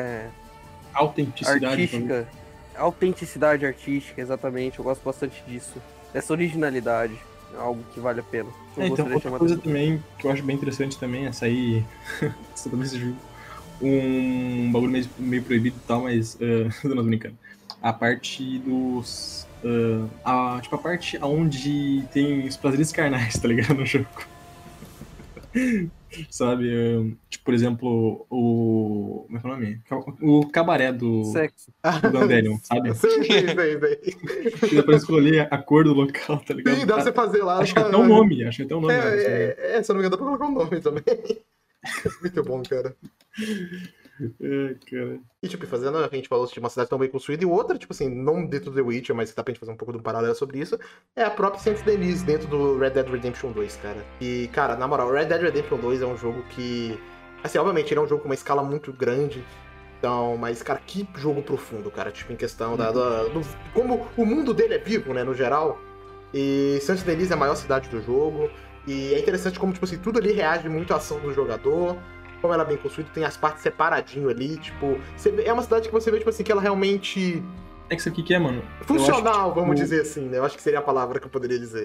Autenticidade. artística. Autenticidade artística, exatamente. Eu gosto bastante disso. Dessa originalidade. É algo que vale a pena. Eu Então, gostaria de outra chamar coisa atenção. também que eu acho bem interessante também é sair. Isso também seja um bagulho meio proibido e tal, mas. Eu não tô brincando. A parte dos. Tipo, a parte onde tem os prazeres carnais, tá ligado? No jogo. Sabe? Tipo, por exemplo, o. Como é que é o nome? O cabaré do Sexo. Dandelion, sabe? Sei. E dá pra escolher a cor do local, tá ligado? Sim, dá pra você fazer lá. Acho que até um nome, né? Se Se não me engano. se eu não me engano, dá pra colocar um nome também. Muito bom, cara. Cara. E, tipo, fazendo, a gente falou de uma cidade tão bem construída, e outra, tipo assim, não dentro do The Witcher, mas que dá pra gente fazer um pouco de um paralelo sobre isso, é a própria Saint-Denis dentro do Red Dead Redemption 2, cara. E, cara, na moral, Red Dead Redemption 2 é um jogo que, assim, obviamente, ele é um jogo com uma escala muito grande, então, mas, cara, que jogo profundo, cara, tipo, em questão como o mundo dele é vivo, né, no geral. E Saint-Denis é a maior cidade do jogo, e é interessante como, tipo assim, tudo ali reage muito à ação do jogador. Como ela é bem construída, tem as partes separadinho ali, tipo... é uma cidade que você vê, tipo assim, que ela realmente... É que isso aqui que é, mano. Funcional, vamos dizer assim, né? Eu acho que seria a palavra que eu poderia dizer.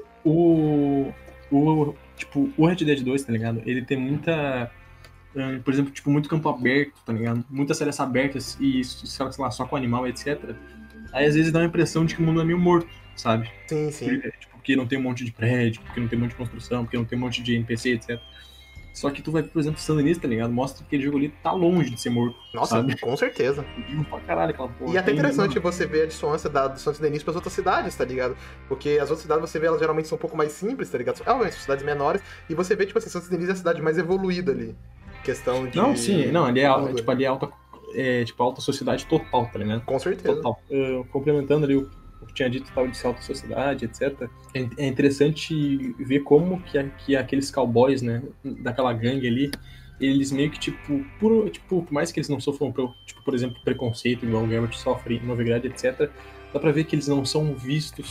Tipo, o Red Dead 2, tá ligado? Ele tem muita... por exemplo, tipo, muito campo aberto, tá ligado? Muitas áreas abertas e, sei lá, só com animal, etc. Aí, às vezes, dá uma impressão de que o mundo é meio morto, sabe? Sim. Tipo, porque não tem um monte de prédio, porque não tem um monte de construção, porque não tem um monte de NPC, etc. Só que tu vai, por exemplo, San Denis, tá ligado? Mostra que aquele jogo ali tá longe de ser morto. Nossa, sabe? com certeza. Vivo pra caralho aquela porra. E até Tem, interessante mano, você ver a dissonância do Santos Denis pras outras cidades, tá ligado? Porque as outras cidades você vê, elas geralmente são um pouco mais simples, tá ligado? Obviamente, são cidades menores, e você vê, tipo assim, Santos Denis é a cidade mais evoluída ali. Questão de. Não, sim, não, ali tudo. tipo, ali é alta. É, tipo, alta sociedade total, tá ligado? Com certeza. Total. Complementando ali o que tinha dito, tal, de ser alta sociedade, etc. É interessante ver como que aqueles cowboys, né, daquela gangue ali, eles meio que, tipo, por mais que eles não sofram, tipo, por exemplo, preconceito, igual o Gambit sofre em Novigrad, etc., dá pra ver que eles não são vistos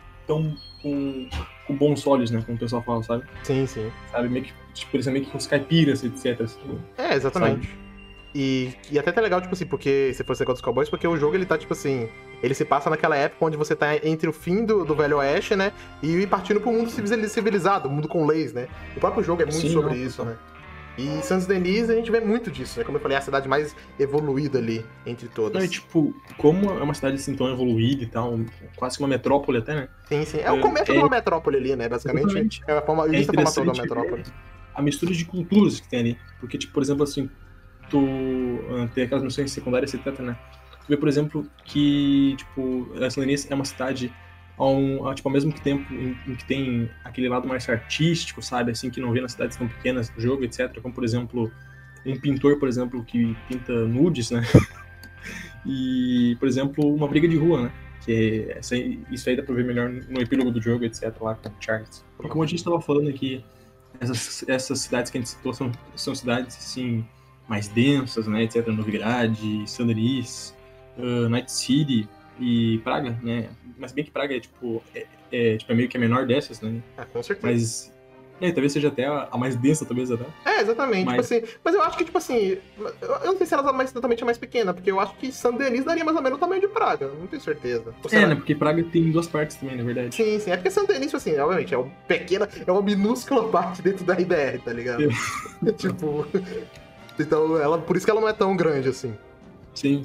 com bons olhos, né, como o pessoal fala, sabe? Sim, sim. Sabe, meio que, tipo, eles são meio que uns caipiras, etc. Assim, É, exatamente. E até tá legal, tipo assim, porque se for esse negócio dos cowboys, porque o jogo ele tá, tipo assim, ele se passa naquela época onde você tá entre o fim do Velho Oeste, né? E partindo pro mundo civilizado, o mundo com leis, né? O próprio jogo é muito Sim, sobre não, isso, né? E Santos Denis a gente vê muito disso, né? Como eu falei, é a cidade mais evoluída ali entre todas. Não, e tipo, como é uma cidade assim tão evoluída e tal, quase que uma metrópole até, né? Sim, sim. É o começo de uma metrópole ali, né? Basicamente, Exatamente. é a formação da interessante metrópole. a mistura de culturas que tem ali. Porque, tipo, por exemplo, assim, tu tem aquelas missões secundárias, etc, né? Tu vê, por exemplo, que, tipo, a San Denis é uma cidade tipo, ao mesmo tempo em que tem aquele lado mais artístico, sabe? Assim, que não vê nas cidades tão pequenas do jogo, etc. Como, por exemplo, um pintor, por exemplo, que pinta nudes, né? E, por exemplo, uma briga de rua, né? Que isso aí dá pra ver melhor no epílogo do jogo, etc. lá com o Charles. E como a gente tava falando aqui, essas cidades que a gente citou são cidades, assim, mais densas, né? Etc. Novigrad, San Denis, Night City e Praga, né? Mas bem que Praga é meio que a menor dessas, né? Ah, com certeza. Mas talvez seja até a mais densa, talvez até. É, exatamente. Mas- Tipo assim, mas eu acho que, tipo assim, eu não sei se ela é exatamente a mais pequena, porque eu acho que San Denis daria mais ou menos o tamanho de Praga, não tenho certeza. Ou será né? Porque Praga tem duas partes também, na verdade. Sim, sim. É porque San Denis, assim, obviamente, é uma minúscula parte dentro da RDR, tá ligado? Tipo. Então, por isso que ela não é tão grande assim. Sim.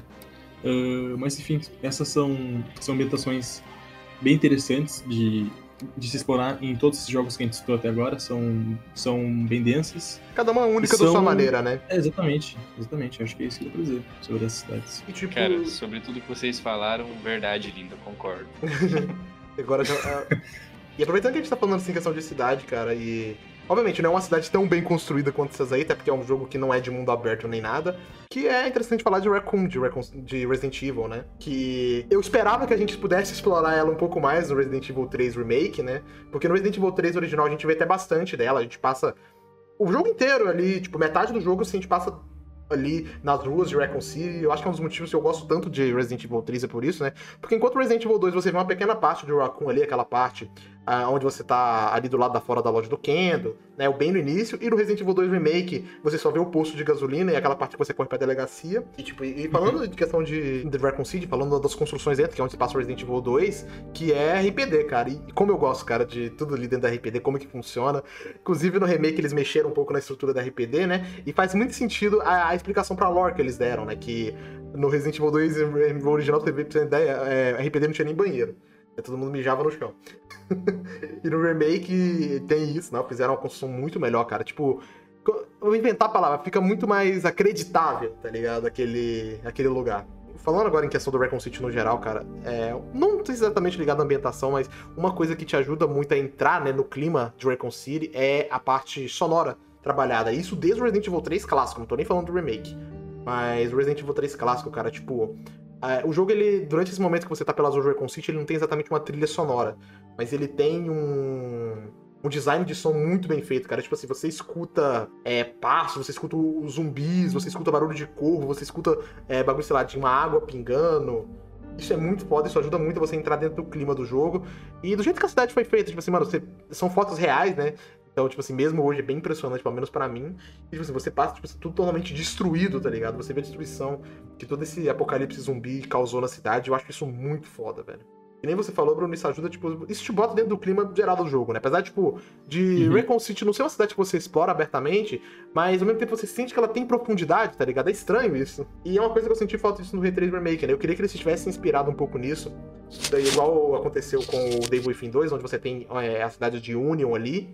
Mas enfim, essas são ambientações bem interessantes de se explorar em todos esses jogos que a gente citou até agora. São bem densas. Cada uma única da sua maneira, né? Exatamente. Acho que é isso que eu vou dizer sobre essas cidades. E tipo. Cara, sobre tudo que vocês falaram, verdade, linda, concordo. Agora já. E aproveitando que a gente tá falando assim, questão de cidade, cara, e. Obviamente, não é uma cidade tão bem construída quanto essas aí, até porque é um jogo que não é de mundo aberto nem nada. Que é interessante falar de Raccoon, de Resident Evil, né? Que eu esperava que a gente pudesse explorar ela um pouco mais no Resident Evil 3 Remake, né? Porque no Resident Evil 3 original a gente vê até bastante dela, a gente passa o jogo inteiro ali, tipo, metade do jogo assim, a gente passa ali nas ruas de Raccoon City. Eu acho que é um dos motivos que eu gosto tanto de Resident Evil 3 é por isso, né? Porque enquanto Resident Evil 2 você vê uma pequena parte de Raccoon ali, aquela parte onde você tá ali do lado da fora da loja do Kendo, né? Bem no início. E no Resident Evil 2 Remake você só vê o posto de gasolina e aquela parte que você corre pra delegacia. E tipo, falando de questão de Raccoon City, falando das construções dentro, que é onde se passa o Resident Evil 2, que é RPD, cara. E como eu gosto, cara, de tudo ali dentro da RPD, como que funciona. Inclusive no remake eles mexeram um pouco na estrutura da RPD, né? E faz muito sentido a explicação pra lore que eles deram, né? Que no Resident Evil 2 original, pra você ter ideia, RPD não tinha nem banheiro. Todo mundo mijava no chão. E no remake tem isso, não? Fizeram uma construção muito melhor, cara. Tipo, eu vou inventar a palavra, fica muito mais acreditável, tá ligado? Aquele lugar. Falando agora em questão do Raccoon City no geral, cara, não exatamente ligado à ambientação, mas uma coisa que te ajuda muito a entrar, né, no clima de Raccoon City é a parte sonora trabalhada. Isso desde o Resident Evil 3 clássico, não tô nem falando do remake. Mas o Resident Evil 3 clássico, cara, tipo... o jogo, ele, durante esse momento que você tá pelas ruas de Raccoon City, ele não tem exatamente uma trilha sonora, mas ele tem um design de som muito bem feito, cara. Tipo assim, você escuta passos, você escuta os zumbis, você escuta barulho de corvo, você escuta bagulho, sei lá, de uma água pingando. Isso é muito foda, isso ajuda muito a você entrar dentro do clima do jogo. E do jeito que a cidade foi feita, tipo assim, mano, são fotos reais, né? Então, tipo assim, mesmo hoje é bem impressionante, pelo menos pra mim. E, tipo assim, você passa, tipo assim, tudo totalmente destruído, tá ligado? Você vê a destruição que todo esse apocalipse zumbi causou na cidade. Eu acho isso muito foda, velho. E nem você falou, Bruno, isso ajuda, tipo... Isso te bota dentro do clima geral do jogo, né? Apesar, tipo, de Raccoon City não ser uma cidade que você explora abertamente, mas ao mesmo tempo você sente que ela tem profundidade, tá ligado? É estranho isso. E é uma coisa que eu senti falta disso no R3 Remake, né? Eu queria que eles tivessem inspirado um pouco nisso. Daí, igual aconteceu com o Devil Within 2, onde você tem a cidade de Union ali.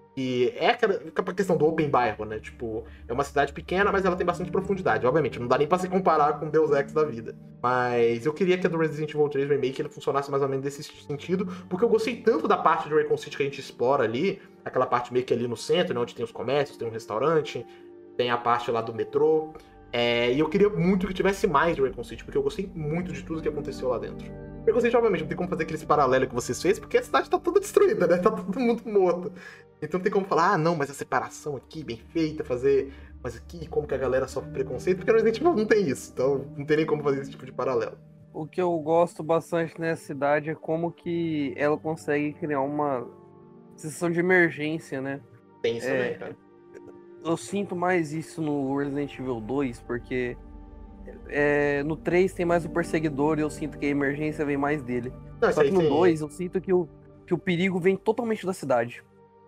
E é aquela questão do open bairro, né? Tipo, é uma cidade pequena, mas ela tem bastante profundidade. Obviamente, não dá nem pra se comparar com Deus Ex da vida. Mas eu queria que a do Resident Evil 3 Remake ele funcionasse mais ou menos nesse sentido, porque eu gostei tanto da parte de Raccoon City que a gente explora ali, aquela parte meio que ali no centro, né? Onde tem os comércios, tem um restaurante, tem a parte lá do metrô. E eu queria muito que tivesse mais de Raccoon City, porque eu gostei muito de tudo que aconteceu lá dentro. Raccoon City, obviamente, não tem como fazer aqueles paralelos que vocês fez, porque a cidade tá toda destruída, né? Tá todo mundo morto. Então não tem como falar, não, mas a separação aqui, bem feita, fazer... Mas aqui, como que a galera sofre preconceito? Porque no Resident Evil não tem isso, então não tem nem como fazer esse tipo de paralelo. O que eu gosto bastante nessa cidade é como que ela consegue criar uma sensação de emergência, né? Tem isso também, cara. Eu sinto mais isso no Resident Evil 2, porque no 3 tem mais o perseguidor e eu sinto que a emergência vem mais dele. Não, Só que no 2 eu sinto que o perigo vem totalmente da cidade.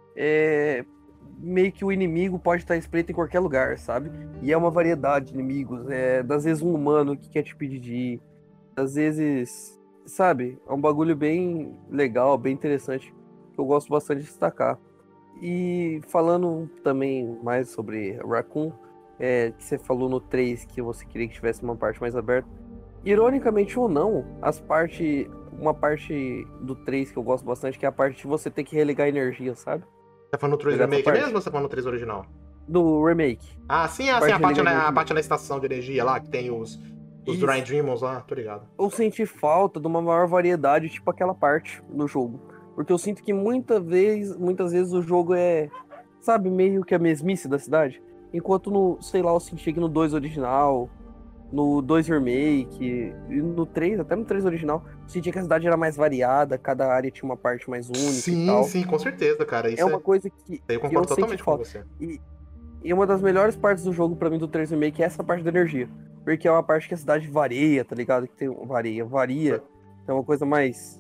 Meio que o inimigo pode estar espreito em qualquer lugar, sabe? E é uma variedade de inimigos. Das vezes um humano que quer te pedir de ir. Às vezes, sabe? É um bagulho bem legal, bem interessante. Que eu gosto bastante de destacar. E falando também mais sobre Raccoon, que você falou no 3 que você queria que tivesse uma parte mais aberta. Ironicamente ou não, uma parte do 3 que eu gosto bastante, que é a parte de você ter que religar energia, sabe? Tá falando do 3 Remake mesmo ou você tá falando do 3 original? Do remake. Ah, sim, a parte na estação de energia lá, que tem os Dry Dreamers lá, tô ligado. Eu senti falta de uma maior variedade, tipo aquela parte do jogo. Porque eu sinto que muitas vezes o jogo sabe, meio que a mesmice da cidade. Enquanto eu senti que no 2 original, no 2 Remake, e no 3, até no 3 original, eu senti que a cidade era mais variada, cada área tinha uma parte mais única e tal. Sim, com certeza, cara. Isso é uma coisa que eu concordo totalmente com você. E uma das melhores partes do jogo pra mim do 3 Remake é essa parte da energia. Porque é uma parte que a cidade varia, tá ligado? Que tem varia. É uma coisa mais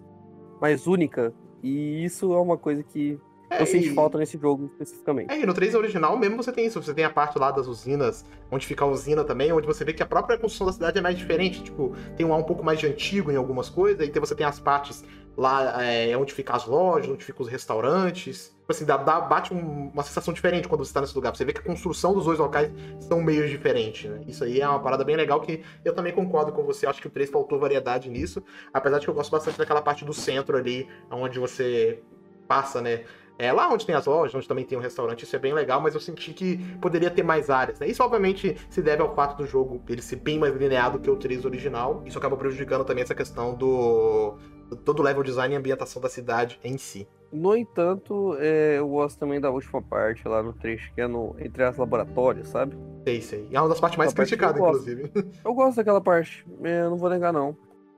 única. E isso é uma coisa que eu sinto falta nesse jogo especificamente. E no 3 original mesmo você tem isso. Você tem a parte lá das usinas, onde fica a usina também, onde você vê que a própria construção da cidade é mais diferente. Tipo, tem um ar um pouco mais de antigo em algumas coisas, e você tem as partes lá onde ficam as lojas, onde ficam os restaurantes. Tipo assim, bate uma sensação diferente quando você tá nesse lugar. Você vê que a construção dos dois locais são meio diferentes, né? Isso aí é uma parada bem legal que eu também concordo com você. Acho que o 3 faltou variedade nisso. Apesar de que eu gosto bastante daquela parte do centro ali, onde você passa, né? Lá onde tem as lojas, onde também tem um restaurante, isso é bem legal, mas eu senti que poderia ter mais áreas, né? Isso, obviamente, se deve ao fato do jogo ele ser bem mais lineado que o 3 original. Isso acaba prejudicando também essa questão do todo o level design e ambientação da cidade em si. No entanto, eu gosto também da última parte lá no trecho, que é entre as laboratórios, sabe? Sei. E é uma das partes mais criticadas, inclusive. Eu gosto daquela parte, eu não vou negar, não.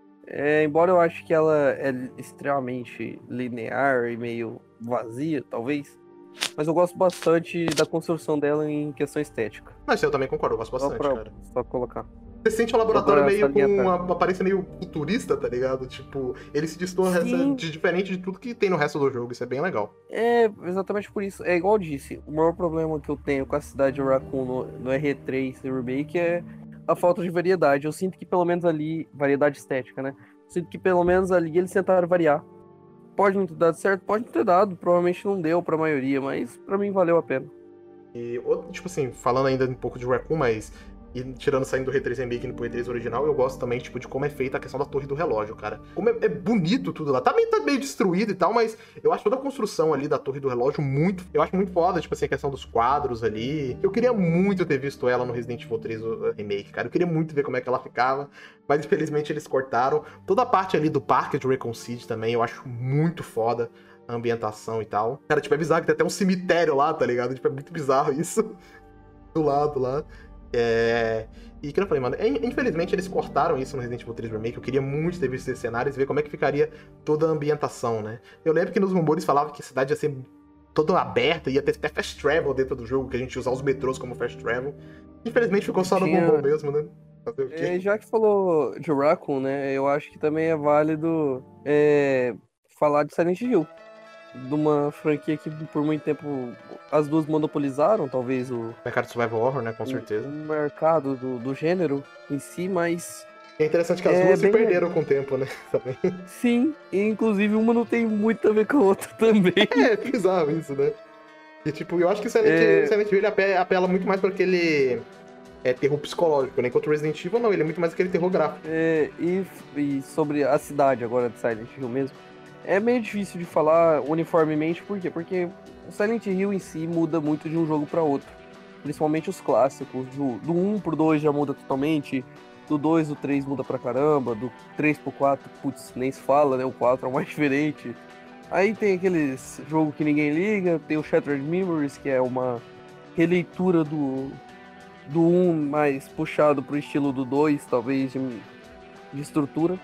Embora eu acho que ela é extremamente linear e meio vazia, talvez. Mas eu gosto bastante da construção dela em questão estética. Mas eu também concordo, eu gosto bastante, cara. Só colocar. Você sente um laboratório meio com uma aparência meio futurista, tá ligado? Tipo, ele se distorce diferente de tudo que tem no resto do jogo, isso é bem legal. Exatamente por isso. É igual eu disse, o maior problema que eu tenho com a cidade de Raccoon no R3 Remake é a falta de variedade. Eu sinto que pelo menos ali, variedade estética, né? Eu sinto que pelo menos ali eles tentaram variar. Pode não ter dado certo, pode não ter dado, provavelmente não deu pra maioria, mas pra mim valeu a pena. E, tipo assim, falando ainda um pouco de Raccoon, mas saindo do R3 Remake pro R3 original, eu gosto também, tipo, de como é feita a questão da torre do relógio, cara. Como é bonito tudo lá. Tá meio destruído e tal, mas eu acho toda a construção ali da torre do relógio eu acho muito foda, tipo assim, a questão dos quadros ali. Eu queria muito ter visto ela no Resident Evil 3 Remake, cara. Eu queria muito ver como é que ela ficava, mas infelizmente eles cortaram. Toda a parte ali do parque de Raccoon City também, eu acho muito foda a ambientação e tal. Cara, tipo, é bizarro que tem até um cemitério lá, tá ligado? Tipo, é muito bizarro isso. Do lado lá. E que eu falei, mano, infelizmente eles cortaram isso no Resident Evil 3 Remake. Eu queria muito ter visto esses cenários e ver como é que ficaria toda a ambientação, né? Eu lembro que nos rumores falavam que a cidade ia ser toda aberta, ia ter até fast travel dentro do jogo, que a gente ia usar os metrôs como fast travel. Infelizmente ficou só no rumor mesmo, né? Fazer o quê? Já que falou de Raccoon, né, eu acho que também é válido falar de Silent Hill. De uma franquia que por muito tempo as duas monopolizaram, talvez o mercado de survival horror, né, com certeza. O mercado do gênero em si, mas é interessante que as duas se perderam com o tempo, né, também. Sim, e inclusive uma não tem muito a ver com a outra também. É bizarro isso, né? E, tipo, eu acho que Silent Hill ele apela muito mais pra aquele terror psicológico, né? Enquanto Resident Evil, não, ele é muito mais aquele terror gráfico. E sobre a cidade agora de Silent Hill mesmo, é meio difícil de falar uniformemente, por quê? Porque o Silent Hill em si muda muito de um jogo pra outro. Principalmente os clássicos, do 1 pro 2 já muda totalmente, do 2 do 3 muda pra caramba, do 3 pro 4, putz, nem se fala, né? O 4 é o mais diferente. Aí tem aqueles jogo que ninguém liga, tem o Shattered Memories, que é uma releitura do 1 mais puxado pro estilo do 2, talvez, de estrutura.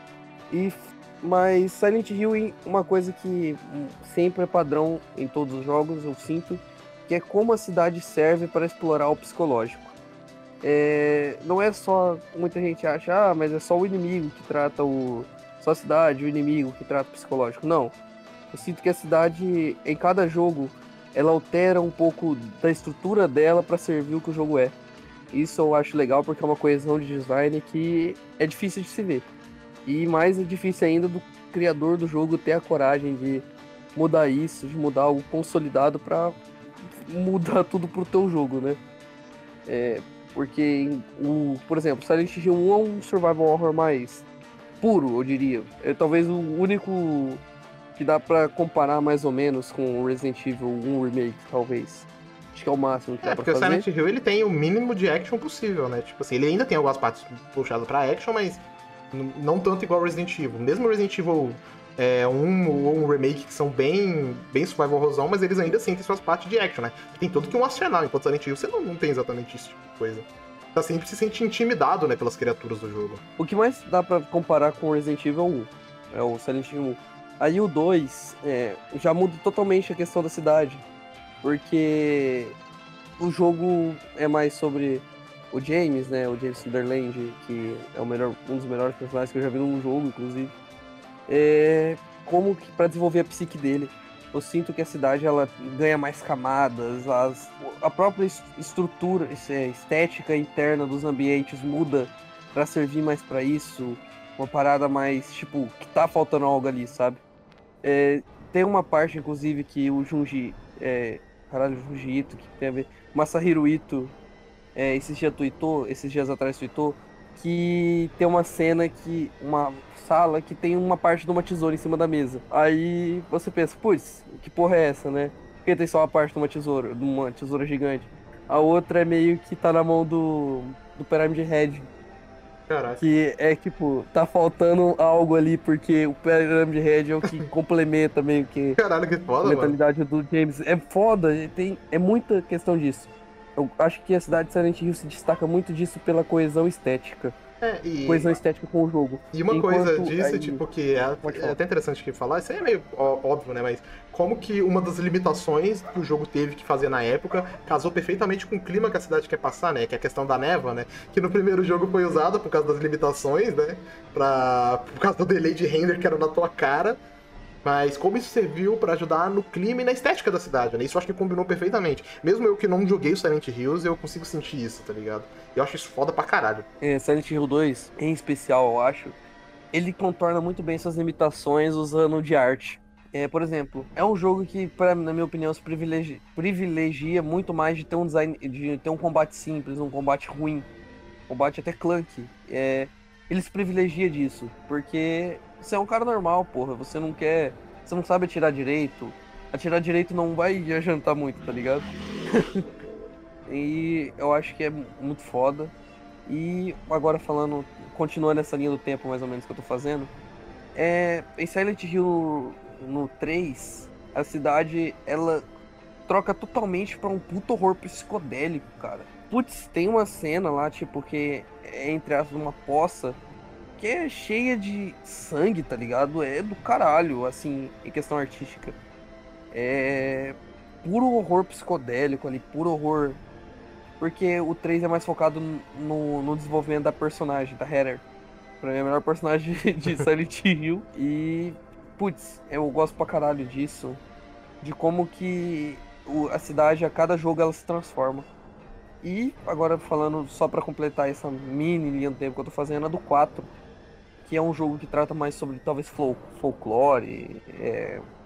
Mas Silent Hill, uma coisa que sempre é padrão em todos os jogos, eu sinto, que é como a cidade serve para explorar o psicológico. Não é só, muita gente acha, mas é só o inimigo que trata só a cidade, o inimigo que trata o psicológico. Não. Eu sinto que a cidade, em cada jogo, ela altera um pouco da estrutura dela para servir o que o jogo é. Isso eu acho legal porque é uma coesão de design que é difícil de se ver. E mais é difícil ainda do criador do jogo ter a coragem de mudar isso, de mudar algo consolidado para mudar tudo pro teu jogo, né? Porque, por exemplo, Silent Hill 1 é um survival horror mais puro, eu diria. É talvez o único que dá pra comparar mais ou menos com o Resident Evil 1 Remake, talvez. Acho que é o máximo que dá pra porque fazer. o Silent Hill ele tem o mínimo de action possível, né? Tipo assim, ele ainda tem algumas partes puxadas pra action, mas não tanto igual Resident Evil. Mesmo Resident Evil 1 ou um remake que são bem survival horrorzão, mas eles ainda assim têm suas partes de action, né? Tem todo que um arsenal, enquanto Silent Hill você não tem exatamente esse tipo de coisa. Tá sempre se sente intimidado, né, pelas criaturas do jogo. O que mais dá pra comparar com o Resident Evil 1 é o Silent Hill 1. Aí o 2 já muda totalmente a questão da cidade, porque o jogo é mais sobre o James, né, o James Sunderland, que é um dos melhores personagens que eu já vi num jogo, inclusive. Como que para desenvolver a psique dele. Eu sinto que a cidade ela ganha mais camadas, a própria estrutura, estética interna dos ambientes muda para servir mais para isso, uma parada mais tipo que tá faltando algo ali, sabe? Tem uma parte inclusive que o Junji Ito, que tem a ver, Masahiro Ito, esses dias atrás tweetou que tem uma cena uma sala que tem uma parte de uma tesoura em cima da mesa. Aí você pensa, putz, que porra é essa, né? Porque tem só uma parte de uma tesoura gigante. A outra é meio que tá na mão do Pyramid Head. Caraca. Que tipo, tá faltando algo ali, porque o Pyramid Head é o que complementa meio que Caralho, que foda, a mentalidade do James. É foda, é muita questão disso. Eu acho que a cidade de Silent Hill se destaca muito disso pela coesão estética. Coesão estética com o jogo. E uma coisa disso, tipo, que é até interessante que falar, isso aí é meio óbvio, né? Mas como que uma das limitações que o jogo teve que fazer na época casou perfeitamente com o clima que a cidade quer passar, né? Que é a questão da névoa, né? Que no primeiro jogo foi usada por causa das limitações, né? Por causa do delay de render que era na tua cara. Mas como isso serviu pra ajudar no clima e na estética da cidade, né? Isso eu acho que combinou perfeitamente. Mesmo eu que não joguei o Silent Hills, eu consigo sentir isso, tá ligado? E eu acho isso foda pra caralho. Silent Hill 2, em especial, eu acho, ele contorna muito bem suas limitações usando de arte. Por exemplo, é um jogo que, na minha opinião, se privilegia muito mais de ter um design, de ter um combate simples, um combate ruim, combate até clunky. Ele se privilegia disso, porque você é um cara normal, porra. Você não sabe atirar direito. Atirar direito não vai adiantar muito, tá ligado? E eu acho que é muito foda. E agora continuando essa linha do tempo mais ou menos que eu tô fazendo, em Silent Hill no 3, a cidade, ela troca totalmente pra um puto horror psicodélico, cara. Putz, tem uma cena lá, tipo, que é entre aspas uma poça, que é cheia de sangue, tá ligado? É do caralho, assim, em questão artística. É puro horror psicodélico ali, puro horror. Porque o 3 é mais focado no desenvolvimento da personagem, da Heather. Pra mim é a melhor personagem de Silent Hill. E, putz, eu gosto pra caralho disso. De como que a cidade, a cada jogo, ela se transforma. E agora falando, só pra completar essa mini linha do tempo que eu tô fazendo, a do 4. Que é um jogo que trata mais sobre, talvez, folclore,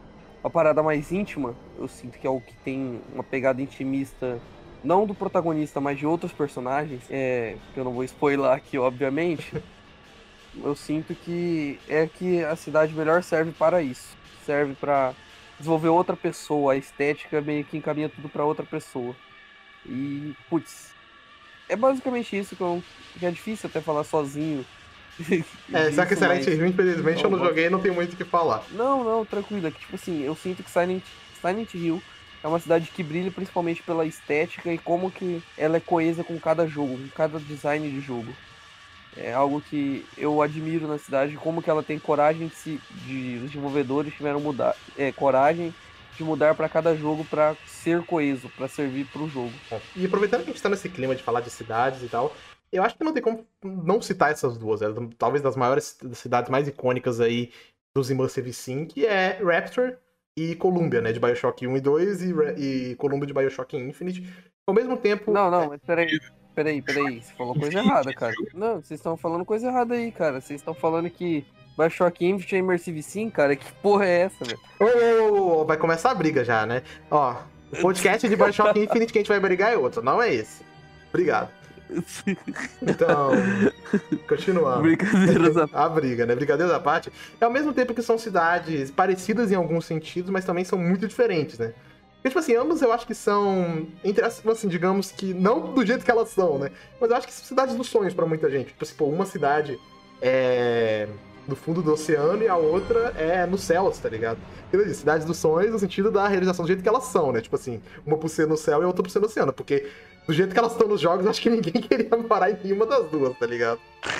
uma parada mais íntima, eu sinto que é o que tem uma pegada intimista, não do protagonista, mas de outros personagens, que eu não vou spoiler aqui, obviamente. Eu sinto que é que a cidade melhor serve para isso. Serve para desenvolver outra pessoa, a estética meio que encaminha tudo para outra pessoa. E, putz, é basicamente isso que é difícil até falar sozinho. Só que Silent Hill, infelizmente, eu não joguei e não tenho muito o que falar. Não, tranquilo. É que, tipo assim, eu sinto que Silent Hill é uma cidade que brilha principalmente pela estética e como que ela é coesa com cada jogo, com cada design de jogo. É algo que eu admiro na cidade, como que ela tem coragem de os desenvolvedores tiveram coragem de mudar para cada jogo para ser coeso, para servir para o jogo. E aproveitando que a gente tá nesse clima de falar de cidades e tal, eu acho que não tem como não citar essas duas. Talvez das maiores cidades mais icônicas aí dos Immersive Sim, que é Rapture e Columbia, né? De BioShock 1 e 2 e Columbia de BioShock Infinite. Ao mesmo tempo... Não, mas peraí. Você falou coisa errada, cara. Não, vocês estão falando coisa errada aí, cara. Vocês estão falando que BioShock Infinite é Immersive Sim, cara. Que porra é essa, velho? Vai começar a briga já, né? Ó, o podcast de BioShock Infinite que a gente vai brigar é outro, não é esse. Obrigado. Então, continuando. Brincadeiras à A briga, né? Brincadeiras à parte. É ao mesmo tempo que são cidades parecidas em alguns sentidos, mas também são muito diferentes, né? Porque, tipo assim, ambos eu acho que são, entre assim, digamos que não do jeito que elas são, né? Mas eu acho que são cidades dos sonhos pra muita gente. Tipo assim, pô, uma cidade é no fundo do oceano e a outra é no céu, tá ligado? Então, cidades dos sonhos no sentido da realização do jeito que elas são, né? Tipo assim, uma por ser no céu e a outra por ser no oceano. Porque do jeito que elas estão nos jogos, eu acho que ninguém queria parar em nenhuma das duas, tá ligado?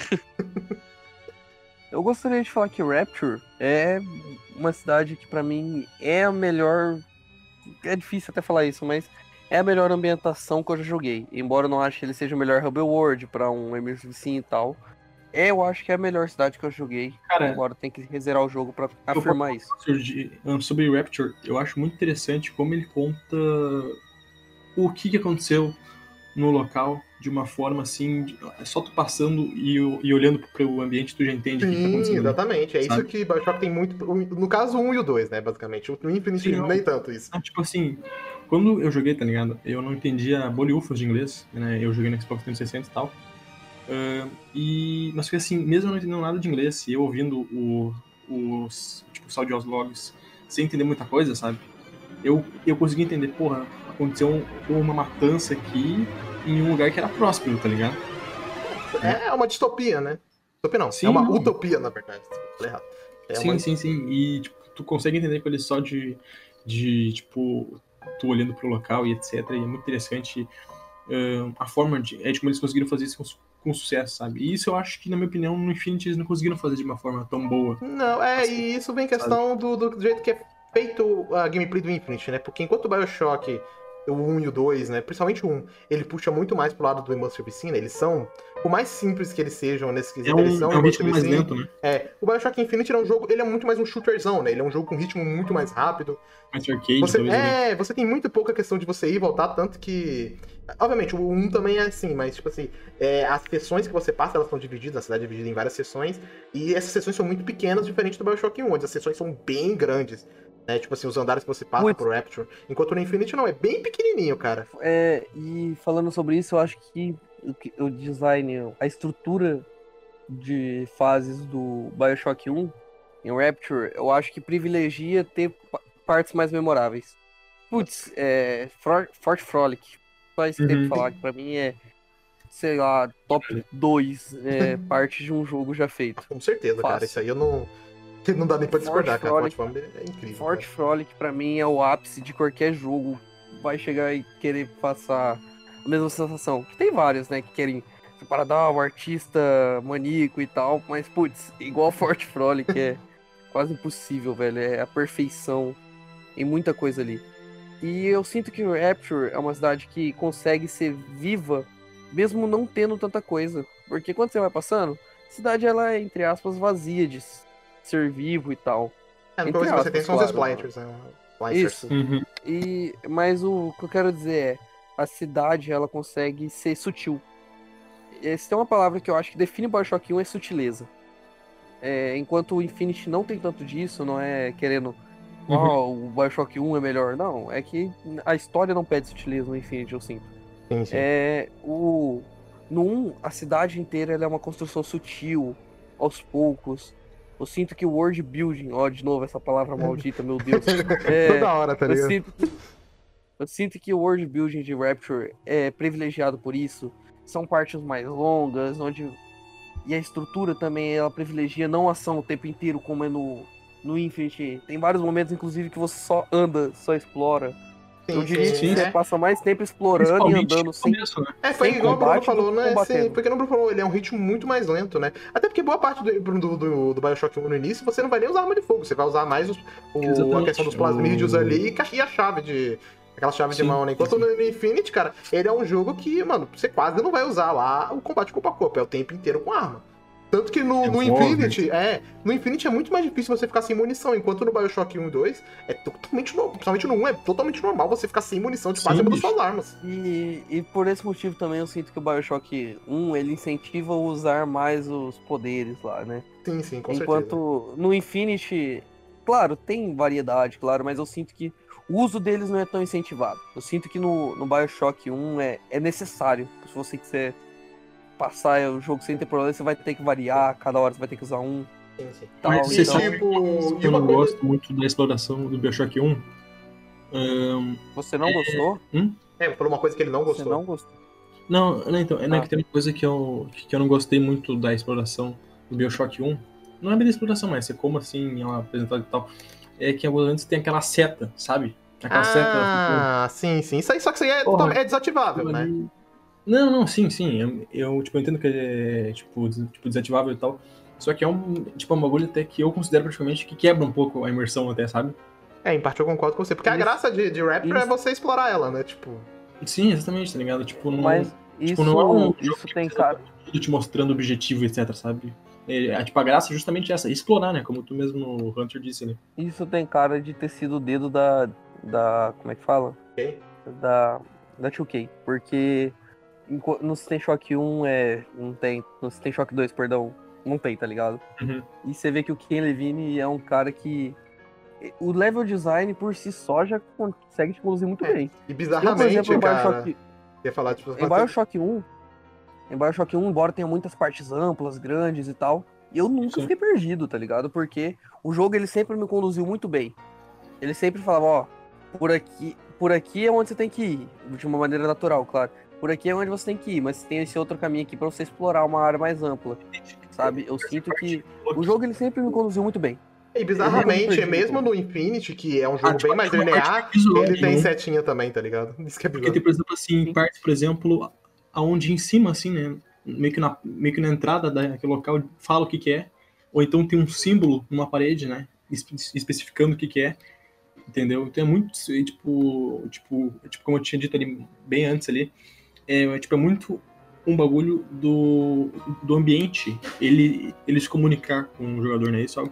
Eu gostaria de falar que Rapture é uma cidade que pra mim é a melhor. É difícil até falar isso, mas é a melhor ambientação que eu já joguei. Embora eu não ache que ele seja o melhor hub world pra um Immersive Sim e tal. Eu acho que é a melhor cidade que eu joguei. Cara, embora tem que rezerar o jogo pra afirmar isso. Sobre Rapture, eu acho muito interessante como ele conta o que aconteceu no local de uma forma assim, só tu passando e olhando pro ambiente tu já entende o que tá acontecendo. Sim, exatamente. É sabe? isso que BioShock tem muito. No caso, o 1 e o 2, né? Basicamente. O Infinite Sim, nem tanto isso. Tipo assim, quando eu joguei, tá ligado? Eu não entendia boliúfas de inglês, né? Eu joguei no Xbox 360 e tal. Mas foi assim, mesmo não entendendo nada de inglês, e eu ouvindo os logs sem entender muita coisa, sabe? Eu consegui entender, porra, aconteceu uma matança aqui em um lugar que era próspero, tá ligado? É uma distopia, né? Distopia não, Sim, é uma não. utopia, na verdade. Falei errado. Sim. E tipo, tu consegue entender com ele só de tipo, tu olhando pro local e etc. E é muito interessante a forma de como eles conseguiram fazer isso com sucesso, sabe? E isso eu acho que, na minha opinião, no Infinity eles não conseguiram fazer de uma forma tão boa. Não, assim, e isso vem questão do jeito que é feito a gameplay do Infinite, né? Porque enquanto o BioShock, o 1 e o 2, né? Principalmente o 1, ele puxa muito mais pro lado do Immersive Sim, né? Eles são, por mais simples que eles sejam nesse quesito, eles são é um ritmo mais Sim. lento, né? O BioShock Infinite é um jogo, ele é muito mais um shooterzão, né? Ele é um jogo com ritmo muito mais rápido. Mais arcade, Você, talvez. Né? você tem muito pouca questão de você ir e voltar, tanto que... Obviamente, o 1 também é assim, mas, tipo assim, as sessões que você passa, elas estão divididas, a cidade é dividida em várias sessões, e essas sessões são muito pequenas, diferente do BioShock 1, onde as sessões são bem grandes, né? Tipo assim, os andares que você passa pro Rapture. Enquanto no Infinite não, é bem pequenininho, cara. E falando sobre isso, eu acho que o design, a estrutura de fases do BioShock 1 em Rapture, eu acho que privilegia ter partes mais memoráveis. Putz, Fort Frolic. Só isso que tem que falar, que pra mim é, sei lá, top 2 parte de um jogo já feito. Com certeza, Fácil. cara. Isso aí não dá nem pra discordar, cara. Fort Frolic é incrível. Fort cara. Frolic pra mim é o ápice de qualquer jogo. Vai chegar e querer passar a mesma sensação. Que tem vários, né, que querem separar o artista maníaco e tal, mas putz, igual Fort Frolic é quase impossível, velho. É a perfeição em muita coisa ali. E eu sinto que o Rapture é uma cidade que consegue ser viva, mesmo não tendo tanta coisa. Porque quando você vai passando, a cidade ela é, entre aspas, vazia de ser vivo e tal. No começo você tem só os splinters, né? Isso. Mas o que eu quero dizer é, a cidade ela consegue ser sutil. Se tem uma palavra que eu acho que define o BioShock 1 é sutileza. Enquanto o Infinity não tem tanto disso, não é querendo O Bioshock 1 é melhor. Não, é que a história não pede sutileza no Infinity, eu sinto. Sim, sim. No 1, a cidade inteira ela é uma construção sutil, aos poucos. Eu sinto que o world building, ó, de novo essa palavra maldita, meu Deus. Toda hora, tá eu ligado? sinto, eu sinto que o world building de Rapture é privilegiado por isso. São partes mais longas, e a estrutura também ela privilegia não a ação o tempo inteiro, como é no Infinity. Tem vários momentos, inclusive, que você só anda, só explora. Eu Sim, diria sim, que você é. passa mais tempo explorando e Principalmente andando no sem. começo, né? Foi sem igual o Bruno combate falou, do que né? combatendo. Porque o Bruno falou, ele é um ritmo muito mais lento, né? Até porque boa parte do Bioshock 1 no início, você não vai nem usar arma de fogo, você vai usar mais a Exatamente. questão dos plasmídeos ali e a chave de. Aquela chave de Sim, mão, né? Enquanto no Infinity, cara, ele é um jogo que, mano, você quase não vai usar lá o combate corpo a corpo, é o tempo inteiro com arma. Tanto que no Infinity, no Infinity é muito mais difícil você ficar sem munição, enquanto no Bioshock 1 e 2 é totalmente normal, principalmente no 1 é totalmente normal você ficar sem munição de quase todas as suas armas. E por esse motivo também eu sinto que o Bioshock 1 ele incentiva a usar mais os poderes lá, né? Sim, sim, com Enquanto no Infinity, claro, tem variedade, claro, mas eu sinto que o uso deles não é tão incentivado. Eu sinto que no Bioshock 1 é necessário. Se você quiser passar o jogo sem ter problema, você vai ter que variar, cada hora você vai ter que usar um. certeza. Sim, sim. Tal, Mas você então, sabe que eu não gosto muito da exploração do Bioshock 1? você não gostou? Por uma coisa que ele não Você gostou. não gostou? Não, então, que tem uma coisa que eu não gostei muito da exploração do Bioshock 1. Não é bem da exploração, mas é como assim ela apresentada e tal. É que antes tem aquela seta, sabe? Aquela seta. Sim. Isso aí, só que isso aí é desativável, né? Não, sim. Eu entendo que é desativável e tal. Só que é um bagulho até que eu considero praticamente que quebra um pouco a imersão até, sabe? Em parte eu concordo com você. Porque a graça de Rapture é você explorar ela, né? Tipo. Sim, exatamente, tá ligado? Mas não é um isso jogo tem cara. que te mostrando objetivo, etc, sabe? A graça é justamente essa, explorar, né? Como tu mesmo no Hunter disse, né? Isso tem cara de ter sido o dedo da como é que fala? Okay. Da 2K. Porque no System Shock 1 não tem. No System Shock 2, perdão, não tem, tá ligado? Uhum. E você vê que o Ken Levine é um cara que. O level design por si só já consegue te conduzir muito bem. E bizarramente, por exemplo, cara. Ia falar, tipo, em Bioshock 1, embora tenha muitas partes amplas, grandes e tal, eu nunca fiquei perdido, tá ligado? Porque o jogo ele sempre me conduziu muito bem. Ele sempre falava, ó, por aqui é onde você tem que ir, de uma maneira natural, claro. Por aqui é onde você tem que ir, mas tem esse outro caminho aqui pra você explorar uma área mais ampla, sabe? Eu sinto que o jogo ele sempre me conduziu muito bem. E bizarramente, mesmo no Infinity, que é um jogo bem mais linear, ele tem setinha também, tá ligado? Isso que é bizarro. Porque tem, por exemplo, assim, partes, por exemplo, aonde em cima, assim, né? Meio que na entrada daquele local fala o que é. Ou então tem um símbolo numa parede, né? Especificando o que é. Entendeu? Então é muito, tipo, como eu tinha dito ali bem antes ali, é muito um bagulho do ambiente, ele se comunicar com o jogador, né? Isso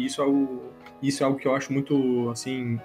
é algo que eu acho muito, assim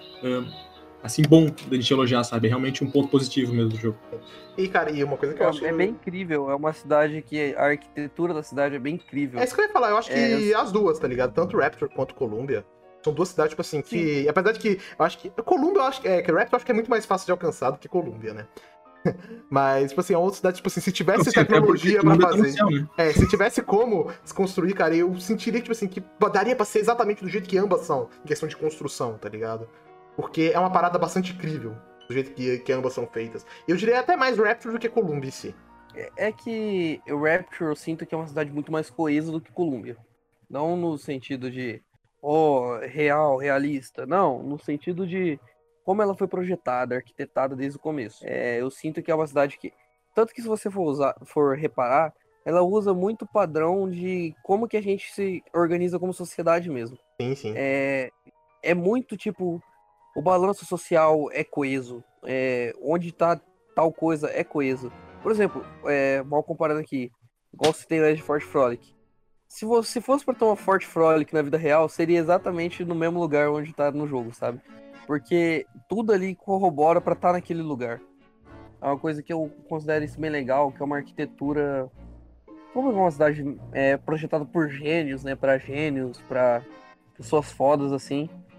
bom da gente elogiar, sabe? É realmente um ponto positivo mesmo do jogo. E, cara, uma coisa que eu acho... É bem incrível, é uma cidade que a arquitetura da cidade é bem incrível. É isso que eu ia falar, eu acho que as duas, tá ligado? Tanto Rapture quanto Columbia. São duas cidades, tipo assim, que... Apesar de que eu acho que... Columbia, eu acho que Rapture eu acho que é muito mais fácil de alcançar do que Columbia, né? Mas, tipo assim, é uma outra cidade, tipo assim, se tivesse tecnologia pra fazer... Céu, né? Se tivesse como se construir, cara, eu sentiria, tipo assim, que daria pra ser exatamente do jeito que ambas são, em questão de construção, tá ligado? Porque é uma parada bastante incrível, do jeito que ambas são feitas. Eu diria até mais Rapture do que Columbia em si. É que o Rapture eu sinto que é uma cidade muito mais coesa do que Columbia. Não no sentido de realista. Não, no sentido de como ela foi projetada, arquitetada desde o começo. Eu sinto que é uma cidade que, tanto que se você for reparar, ela usa muito padrão de como que a gente se organiza como sociedade mesmo. Sim. É muito tipo, o balanço social é coeso, onde tá tal coisa é coeso. Por exemplo, mal comparando aqui, igual citei lá de Fort Frolic. Se você fosse pra ter uma Fort Frolic na vida real, seria exatamente no mesmo lugar onde tá no jogo, sabe? Porque tudo ali corrobora pra estar naquele lugar. É uma coisa que eu considero isso bem legal, que é uma arquitetura... Como é uma cidade projetada por gênios, né? Pra gênios, pra pessoas fodas, assim.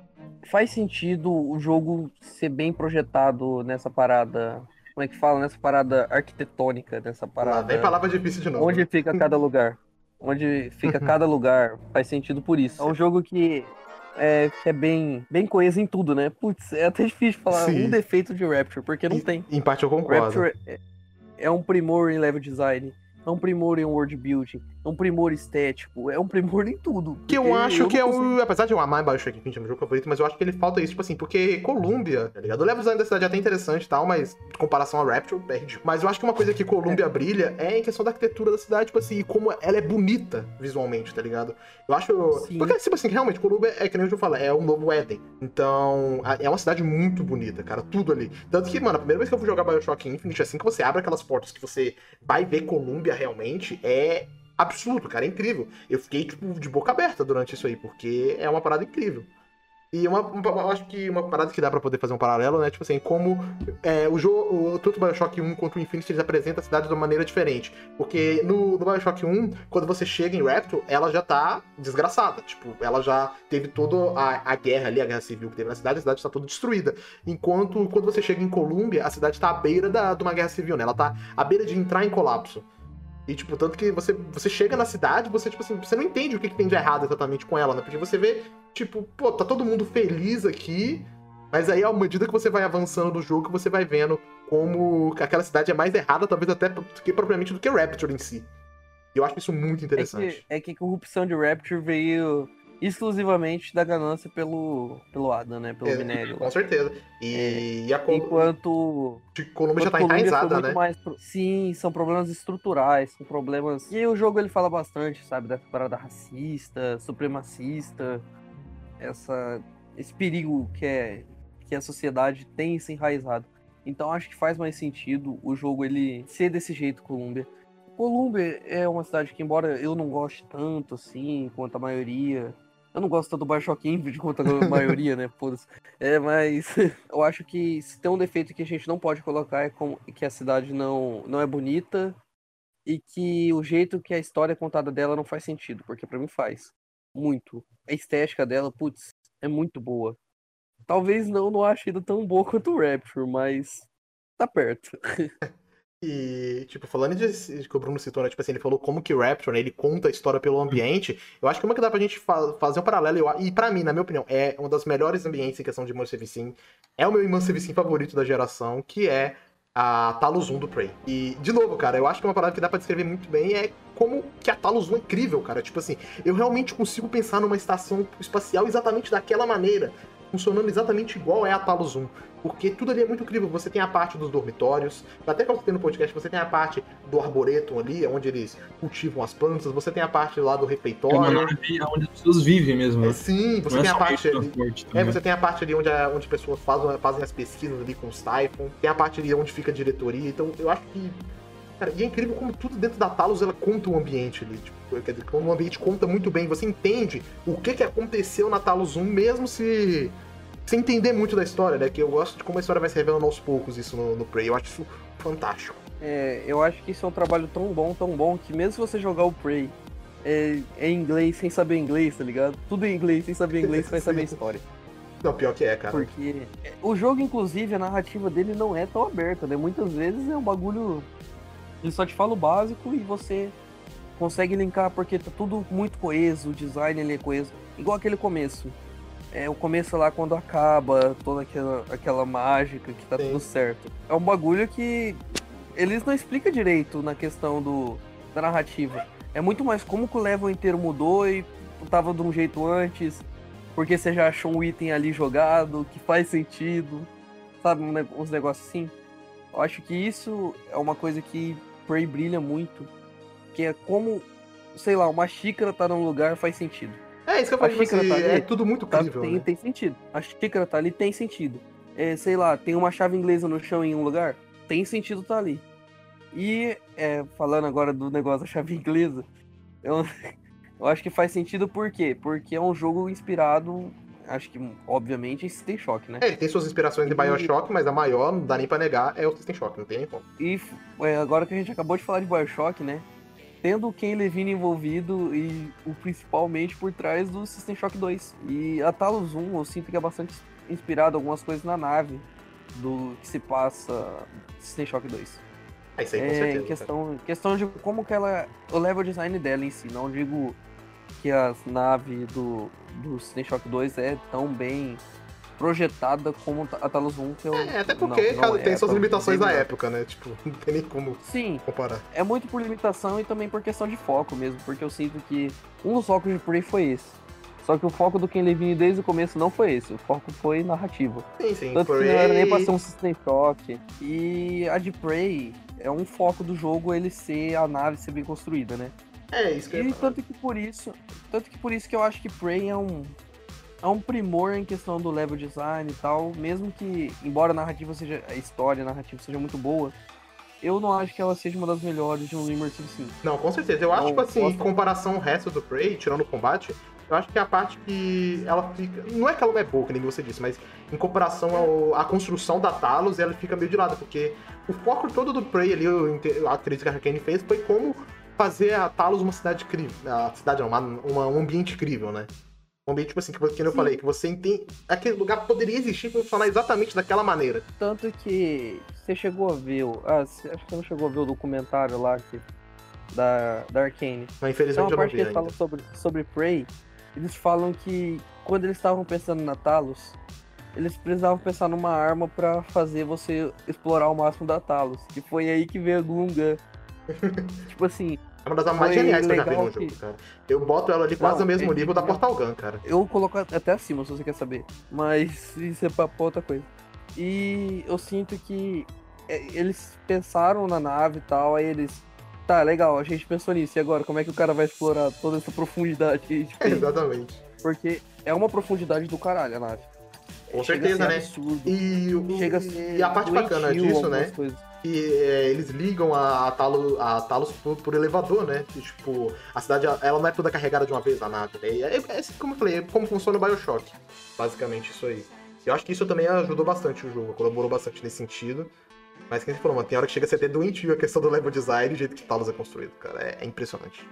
faz sentido o jogo ser bem projetado nessa parada. Como é que fala? Nessa parada arquitetônica, nessa Lá vem parada. palavra difícil de novo. Onde Né? fica cada lugar. Onde fica cada lugar. Faz sentido por isso. É um jogo que é bem coeso em tudo, né? Putz, é até difícil falar Sim. um defeito de Rapture, porque não tem. Em parte eu concordo. Rapture é um primor em level design. É um primor em world building, é um primor estético, é um primor em tudo. Que eu acho que é o. Apesar de eu amar Bioshock Infinite, é meu jogo favorito, mas eu acho que ele falta isso, tipo assim, porque Columbia, tá ligado? O level design da cidade é até interessante e tal, mas em comparação a Rapture, perde. Mas eu acho que uma coisa que Columbia brilha é em questão da arquitetura da cidade, tipo assim, como ela é bonita visualmente, tá ligado? Eu acho. Sim. Porque, tipo assim, realmente, Columbia é que nem eu falo, é um novo Éden. Então, é uma cidade muito bonita, cara, tudo ali. Tanto que, mano, a primeira vez que eu fui jogar Bioshock Infinite, assim que você abre aquelas portas que você vai ver Columbia realmente, é absurdo, cara, é incrível. Eu fiquei, tipo, de boca aberta durante isso aí, porque é uma parada incrível. E eu acho que uma parada que dá pra poder fazer um paralelo, né? Tipo assim, como o jogo, tanto o Bioshock 1 quanto o Infinite, eles apresentam a cidade de uma maneira diferente. Porque no Bioshock 1, quando você chega em Rapture, ela já tá desgraçada. Tipo, ela já teve toda a guerra ali, a guerra civil que teve na cidade, a cidade tá toda destruída. Enquanto, quando você chega em Columbia, a cidade tá à beira de uma guerra civil, né? Ela tá à beira de entrar em colapso. E, tipo, tanto que você chega na cidade, você, tipo assim, você não entende o que tem de errado exatamente com ela, né? Porque você vê, tipo, pô, tá todo mundo feliz aqui, mas aí, à medida que você vai avançando no jogo, você vai vendo como aquela cidade é mais errada, talvez até propriamente do que Rapture em si. E eu acho isso muito interessante. É que a corrupção de Rapture veio exclusivamente da ganância pelo Adam, né? Pelo minério. Com certeza. E a Enquanto Columbia já tá Columbia enraizada, né? Sim, são problemas estruturais, são problemas. E o jogo ele fala bastante, sabe, da parada racista, supremacista, esse perigo que a sociedade tem se enraizado. Então acho que faz mais sentido o jogo ele ser desse jeito, Columbia. Columbia é uma cidade que, embora eu não goste tanto assim quanto a maioria. Eu não gosto tanto do Bioshock Infinite quanto a maioria, né? Foda-se. Mas eu acho que se tem um defeito que a gente não pode colocar é que a cidade não é bonita e que o jeito que a história é contada dela não faz sentido, porque pra mim faz. Muito. A estética dela, putz, é muito boa. Talvez não ache ainda tão boa quanto o Rapture, mas tá perto. E, tipo, falando de que o Bruno citou, né? Tipo assim, ele falou como que Rapture, né? Ele conta a história pelo ambiente. Eu acho que uma que dá pra gente fazer um paralelo, e pra mim, na minha opinião, é uma das melhores ambientes em questão de Immersive Sim. É o meu Immersive Sim favorito da geração, que é a Talos 1 do Prey. E, de novo, cara, eu acho que uma parada que dá pra descrever muito bem é como que a Talos 1 é incrível, cara. Tipo assim, eu realmente consigo pensar numa estação espacial exatamente daquela maneira, funcionando exatamente igual é a Talos 1. Porque tudo ali é muito incrível. Você tem a parte dos dormitórios, até que eu citei no podcast, você tem a parte do arboretum ali, onde eles cultivam as plantas, você tem a parte lá do refeitório. É uma nave onde as pessoas vivem mesmo, né? Sim, você Não tem é a só parte meio ali. de transporte também. Você tem a parte ali onde pessoas fazem as pesquisas ali com os Typhon. Tem a parte ali onde fica a diretoria. Então eu acho que. Cara, e é incrível como tudo dentro da Talos ela conta o ambiente ali. Tipo, quer dizer, como o ambiente conta muito bem. Você entende o que aconteceu na Talos 1, mesmo se. Sem entender muito da história, né? Que eu gosto de como a história vai se revelando aos poucos isso no Prey. Eu acho isso fantástico. Eu acho que isso é um trabalho tão bom, que mesmo se você jogar o Prey em inglês, sem saber inglês, tá ligado? Tudo em inglês, sem saber inglês, você vai saber a história. Não, pior que é, cara. Porque o jogo, inclusive, a narrativa dele não é tão aberta, né? Muitas vezes é um bagulho... Ele só te fala o básico e você consegue linkar, porque tá tudo muito coeso, o design ele é coeso. Igual aquele começo. O começo lá quando acaba toda aquela mágica que tá tudo certo. É um bagulho que eles não explicam direito na questão da narrativa. É muito mais como que o level inteiro mudou e tava de um jeito antes, porque você já achou um item ali jogado, que faz sentido, sabe? Uns negócios assim. Eu acho que isso é uma coisa que Prey brilha muito, que é como, sei lá, uma xícara tá num lugar faz sentido. Isso que eu falei, assim, tá ali, é tudo muito crível, né? Tem sentido. A xícara tá ali, tem sentido. Sei lá, tem uma chave inglesa no chão em um lugar, tem sentido tá ali. E, falando agora do negócio da chave inglesa, eu acho que faz sentido por quê? Porque é um jogo inspirado, acho que, obviamente, em System Shock, né? Ele tem suas inspirações de Bioshock, mas a maior, não dá nem pra negar, é o System Shock, não tem nem como. E agora que a gente acabou de falar de Bioshock, né? tendo o Ken Levine envolvido e o principalmente por trás do System Shock 2. E a Talos 1 eu sinto que é bastante inspirado em algumas coisas na nave do que se passa System Shock 2. Isso aí, com certeza. Em questão de como que ela... O level design dela em si, não digo que as naves do System Shock 2 é tão bem projetada como a Talos 1, que eu... até porque não tem suas limitações da melhor. época, né? Tipo, não tem nem como Sim, comparar. é muito por limitação e também por questão de foco mesmo, porque eu sinto que um dos focos de Prey foi esse. Só que o foco do Ken Levine desde o começo não foi esse, o foco foi narrativo. Sim, Tanto que não era nem pra ser um System Shock. E a de Prey é um foco do jogo ele ser a nave ser bem construída, né? Isso que eu E ia falar. tanto que por isso que eu acho que Prey é um primor em questão do level design e tal, mesmo que, embora a história narrativa seja muito boa, eu não acho que ela seja uma das melhores de um Immersive Sim. Não, com certeza. Eu acho, tipo assim, posso- em comparação ao resto do Prey, tirando o combate, eu acho que é a parte que ela fica... Não é que ela não é boa, que nem você disse, mas em comparação à construção da Talos, ela fica meio de lado, porque o foco todo do Prey ali, eu acredito que a Arkane fez, foi como fazer a Talos uma cidade incrível. A cidade não, um ambiente incrível, né? Um ambiente, tipo assim, que eu falei, que você entende... Aquele lugar poderia existir e funcionar exatamente daquela maneira. Tanto que você chegou a ver, acho que você não chegou a ver o documentário lá da Arkane. Mas Tem infelizmente uma eu não parte que vi eles ainda. falam sobre Prey, eles falam que quando eles estavam pensando na Talos, eles precisavam pensar numa arma pra fazer você explorar o máximo da Talos. E foi aí que veio a Gungan. Tipo assim, É uma das armas mais foi geniais que eu já vi legal no jogo, que- cara. Eu boto ela ali quase Não, no mesmo é nível da genial. Portal Gun, cara. eu coloco até acima, se você quer saber. Mas isso é pra outra coisa. E eu sinto que eles pensaram na nave e tal, aí eles... Tá, legal, a gente pensou nisso. E agora, como é que o cara vai explorar toda essa profundidade que a gente fez? Exatamente. Porque é uma profundidade do caralho a nave. Com Chega a certeza, ser né? absurdo. E Chega a ser a parte bacana doentio disso, algumas né? coisas. Que eles ligam a Talos por elevador, né? E, tipo, a cidade, ela não é toda carregada de uma vez, a nave, né? Como eu falei, como funciona o Bioshock. Basicamente, isso aí. Eu acho que isso também ajudou bastante o jogo, colaborou bastante nesse sentido. Mas quem você falou, mano, tem hora que chega a ser até doentio a questão do level design e o jeito que Talos é construído, cara. É impressionante.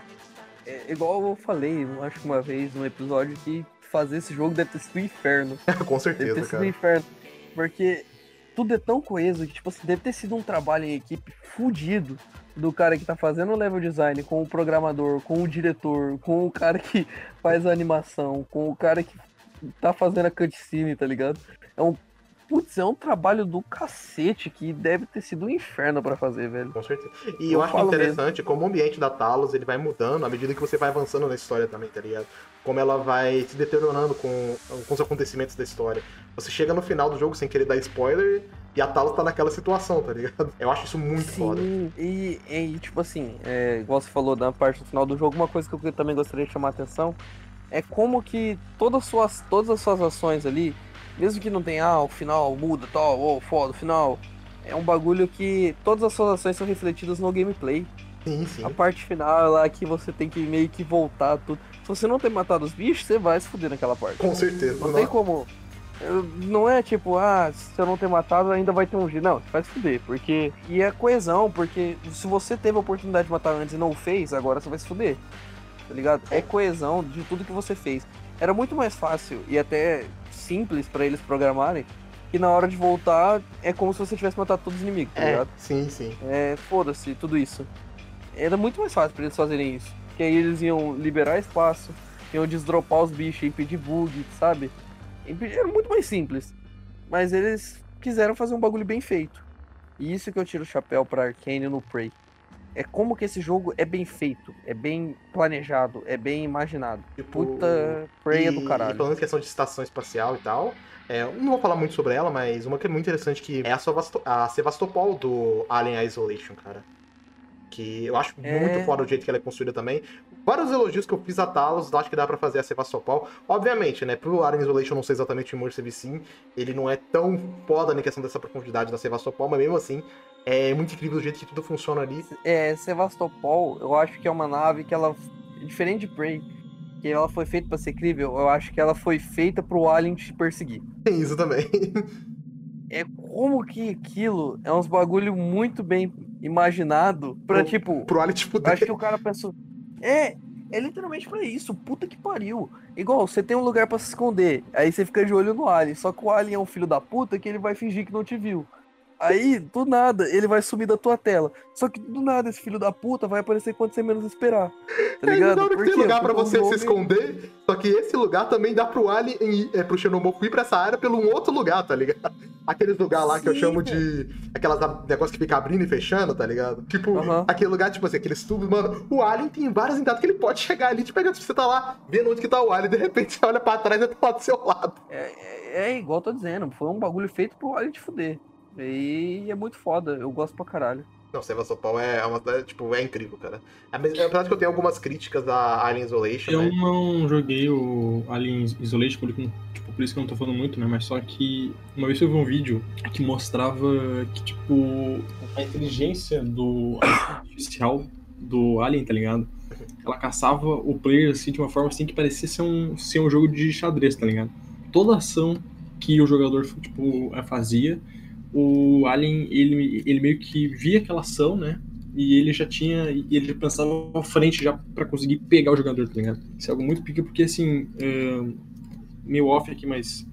Igual eu falei, eu acho que uma vez num episódio que fazer esse jogo deve ter sido um inferno. Com Deve certeza, ter sido um cara. inferno. Porque tudo é tão coeso que, tipo assim, deve ter sido um trabalho em equipe fudido do cara que tá fazendo o level design, com o programador, com o diretor, com o cara que faz a animação, com o cara que tá fazendo a cutscene, tá ligado? É um trabalho do cacete que deve ter sido um inferno pra fazer, velho. Com certeza. E Eu eu acho falo interessante como o ambiente da Talos ele vai mudando à medida que você vai avançando na história também, tá ligado? Como ela vai se deteriorando com os acontecimentos da história. Você chega no final do jogo sem querer dar spoiler e a Talos tá naquela situação, tá ligado? Eu acho isso muito foda. Sim, e tipo assim, igual você falou na parte do final do jogo, uma coisa que eu também gostaria de chamar a atenção é como que todas as suas ações ali, mesmo que não tenha, o final muda, tal, foda, o final, é um bagulho que todas as suas ações são refletidas no gameplay. Sim, sim. A parte final é lá que você tem que meio que voltar tudo. Se você não ter matado os bichos, você vai se fuder naquela parte. Com certeza. Não tem como. Não é tipo, se eu não ter matado, ainda vai ter um jeito. Não, você vai se fuder, porque. E é coesão, porque se você teve a oportunidade de matar antes e não o fez, agora você vai se fuder. Tá ligado? É coesão de tudo que você fez. Era muito mais fácil e até simples pra eles programarem. Que na hora de voltar é como se você tivesse matado todos os inimigos, tá ligado? Sim, sim. Foda-se, tudo isso. Era muito mais fácil pra eles fazerem isso. Que aí eles iam liberar espaço, iam desdropar os bichos, impedir bug, sabe? Era muito mais simples. Mas eles quiseram fazer um bagulho bem feito. E isso que eu tiro o chapéu pra Arkane no Prey. É como que esse jogo é bem feito, é bem planejado, é bem imaginado. Tipo, Puta, Prey é do E caralho. falando em questão de estação espacial e tal, eu não vou falar muito sobre ela, mas uma que é muito interessante que é a Sevastopol do Alien Isolation, cara. Que eu acho muito foda o jeito que ela é construída também. Vários elogios que eu fiz a Talos, acho que dá pra fazer a Sevastopol. Obviamente, né, pro Alien Isolation não ser exatamente Immersive Sim, ele não é tão foda na questão dessa profundidade da Sevastopol, mas mesmo assim, é muito incrível o jeito que tudo funciona ali. Sevastopol, eu acho que é uma nave que ela, diferente de Prey, que ela foi feita pra ser incrível, eu acho que ela foi feita pro Alien te perseguir. Tem isso também. É como que aquilo é uns bagulho muito bem imaginado pra, tipo... Pro Alien te fuder. Acho que o cara pensou... É literalmente pra isso, puta que pariu. Igual, você tem um lugar pra se esconder, aí você fica de olho no Alien, só que o Alien é um filho da puta que ele vai fingir que não te viu. Aí, do nada, ele vai sumir da tua tela. Só que do nada esse filho da puta vai aparecer quando você menos esperar. Tá ligado? Não Por tem quê? lugar pra Porque o você se jogo- esconder, só que esse lugar também dá pro Alien, pro Xenomorfo ir pra essa área pelo um outro lugar, tá ligado? Aqueles lugar lá que eu Sim, chamo de... Aquelas negócios que fica abrindo e fechando, tá ligado? Tipo, Aham. aquele lugar, tipo assim, aqueles tubos, mano, o Alien tem várias entradas que ele pode chegar ali, te pegar, tipo, você tá lá, vendo onde que tá o Alien, de repente você olha pra trás e ele tá lá do seu lado. É igual eu tô dizendo, foi um bagulho feito pro Alien te fuder. E é muito foda, eu gosto pra caralho. Não, Sevastopol tipo, é incrível, cara. Apesar de que eu tenho algumas críticas a Alien Isolation, Eu né? não joguei o Alien Isolation, tipo, por isso que eu não tô falando muito, né? Mas só que uma vez eu vi um vídeo que mostrava que, tipo, a inteligência artificial do Alien, tá ligado? Ela caçava o player assim, de uma forma assim que parecia ser um jogo de xadrez, tá ligado? Toda ação que o jogador, tipo, fazia, o Alien, ele meio que via aquela ação, né? E ele já pensava à frente já pra conseguir pegar o jogador, tá ligado? Isso é algo muito pica, porque assim, meio off aqui, mas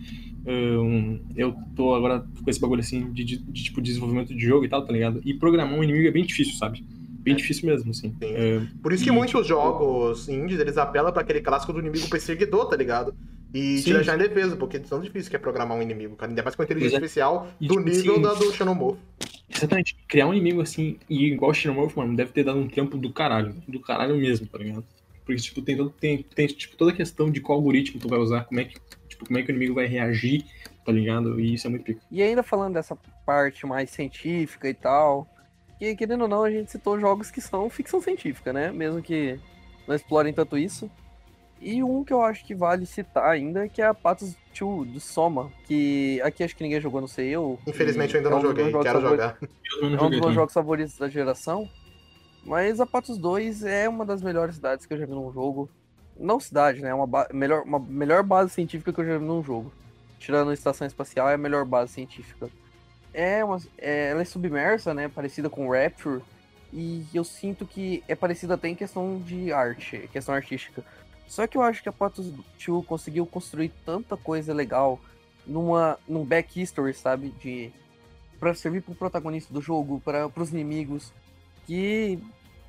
eu tô agora com esse bagulho assim de tipo desenvolvimento de jogo e tal, tá ligado? E programar um inimigo é bem difícil, sabe? Bem difícil mesmo, assim. Sim. Por isso que muitos jogos indies, eles apelam pra aquele clássico do inimigo perseguidor, tá ligado? E Sim, tira já em defesa, porque é tão difícil que é programar um inimigo, cara. Ainda mais com a inteligência Pois é. artificial E, do tipo, nível assim, do Xenomorph. Exatamente. Criar um inimigo assim, e igual o Xenomorph, mano, deve ter dado um trampo do caralho. Do caralho mesmo, tá ligado? Porque, tipo, tem tipo, toda a questão de qual algoritmo tu vai usar, como é que o inimigo vai reagir, tá ligado? E isso é muito pico. E ainda falando dessa parte mais científica e tal, que querendo ou não, a gente citou jogos que são ficção científica, né? Mesmo que não explorem tanto isso. E um que eu acho que vale citar ainda, que é a Patos 2 do Soma, que aqui acho que ninguém jogou, não sei eu. Infelizmente eu ainda É não um dos meus joguei, jogos quero favoritos. jogar. Eu não É um joguei dos meus também. jogos favoritos da geração. Mas a Patos 2 é uma das melhores cidades que eu já vi num jogo. Não cidade, né? É uma melhor base científica que eu já vi num jogo. Tirando a estação espacial, é a melhor base científica. Ela é submersa, né? Parecida com Rapture. E eu sinto que é parecida até em questão de arte, questão artística. Só que eu acho que a Patos 2 conseguiu construir tanta coisa legal num back history, sabe? Pra servir pro protagonista do jogo, pros inimigos, que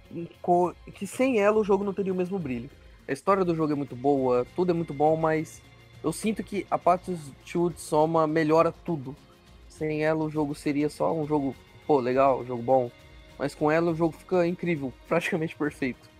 sem ela o jogo não teria o mesmo brilho. A história do jogo é muito boa, tudo é muito bom, mas eu sinto que a Patos 2 de Soma melhora tudo. Sem ela o jogo seria só um jogo, pô, legal, um jogo bom. Mas com ela o jogo fica incrível, praticamente perfeito.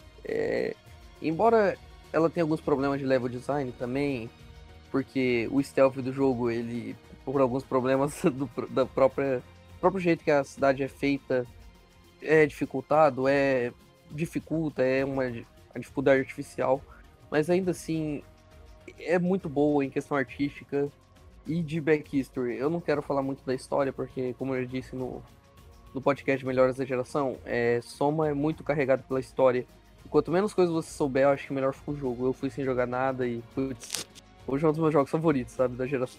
Embora ela tenha alguns problemas de level design também, porque o stealth do jogo, ele, por alguns problemas do próprio jeito que a cidade é feita, é dificultado, dificulta, a dificuldade artificial, mas ainda assim é muito boa em questão artística e de back history. Eu não quero falar muito da história, porque como eu já disse no podcast Melhores da Geração, Soma é muito carregado pela história. E quanto menos coisas você souber, eu acho que melhor fica o jogo. Eu fui sem jogar nada e, putz, hoje é um dos meus jogos favoritos, sabe, da geração.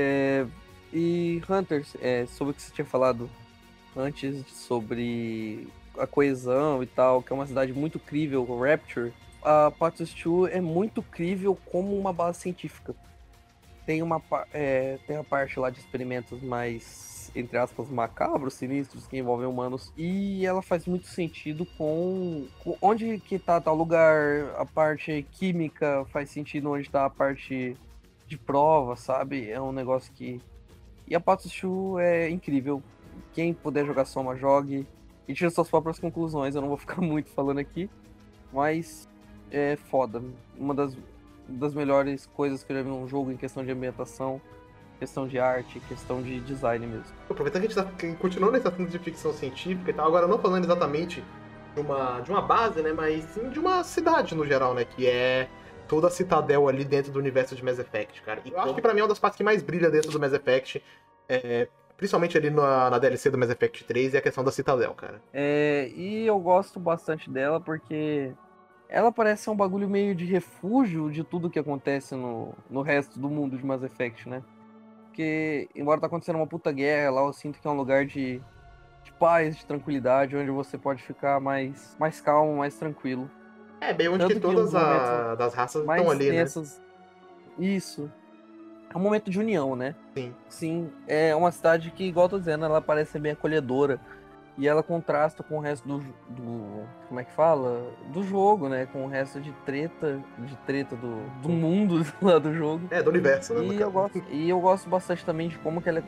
E Hunters, sobre o que você tinha falado antes, sobre a coesão e tal, que é uma cidade muito crível, o Rapture, a Patos 2 é muito crível como uma base científica. Tem a parte lá de experimentos mais, entre aspas, macabros, sinistros, que envolvem humanos. E ela faz muito sentido com onde que tá tal lugar. A parte química faz sentido onde tá a parte de prova, sabe? É um negócio que... E a Patos 2 é incrível. Quem puder jogar Soma, jogue. E tira suas próprias conclusões. Eu não vou ficar muito falando aqui. Mas é foda. Uma das melhores coisas que eu já vi num jogo em questão de ambientação, questão de arte, questão de design mesmo. Aproveitando que a gente tá continuando nesse assunto de ficção científica e tal, agora não falando exatamente de uma base, né, mas sim de uma cidade no geral, né, que é toda a Citadel ali dentro do universo de Mass Effect, cara. E eu acho que pra mim é uma das partes que mais brilha dentro do Mass Effect, principalmente ali na DLC do Mass Effect 3, é a questão da Citadel, cara. E eu gosto bastante dela porque ela parece ser um bagulho meio de refúgio de tudo que acontece no resto do mundo de Mass Effect, né? Porque, embora tá acontecendo uma puta guerra lá, eu sinto que é um lugar de de paz, de tranquilidade, onde você pode ficar mais calmo, mais tranquilo. É, bem onde Tanto que que todas os momentos das raças mais estão ali, né? tensos. Isso. É um momento de união, né? Sim. Sim, é uma cidade que, igual eu tô dizendo, ela parece ser bem acolhedora. E ela contrasta com o resto do como é que fala? Do jogo, né? Com o resto de treta do mundo lá do jogo. É, do universo, né, no E caso. eu gosto bastante também de como que ela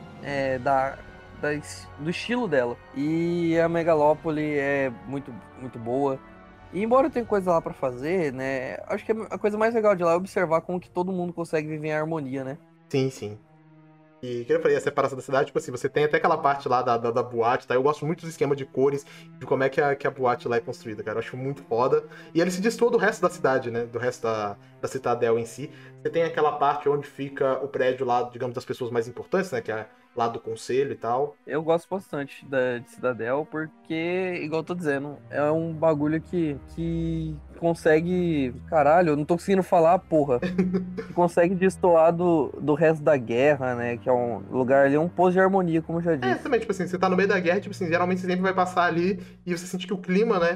do estilo dela. E a Megalópole é muito boa. E embora eu tenha coisa lá pra fazer, né? Acho que a coisa mais legal de lá é observar como que todo mundo consegue viver em harmonia, né? Sim, sim. E que eu falei, a separação da cidade, tipo assim, você tem até aquela parte lá da boate, tá? Eu gosto muito do esquema de cores, de como é que a boate lá é construída, cara. Eu acho muito foda. E ele se destoa do resto da cidade, né? Do resto da Citadel em si. Você tem aquela parte onde fica o prédio lá, digamos, das pessoas mais importantes, né? Que é lá do conselho e tal. Eu gosto bastante de Cidadel porque, igual eu tô dizendo, é um bagulho que consegue. Caralho, eu não tô conseguindo falar, porra. Que consegue destoar do resto da guerra, né? Que é um lugar ali, um poço de harmonia, como eu já É, disse. também, tipo assim, você tá no meio da guerra, tipo assim, geralmente você sempre vai passar ali e você sente que o clima, né,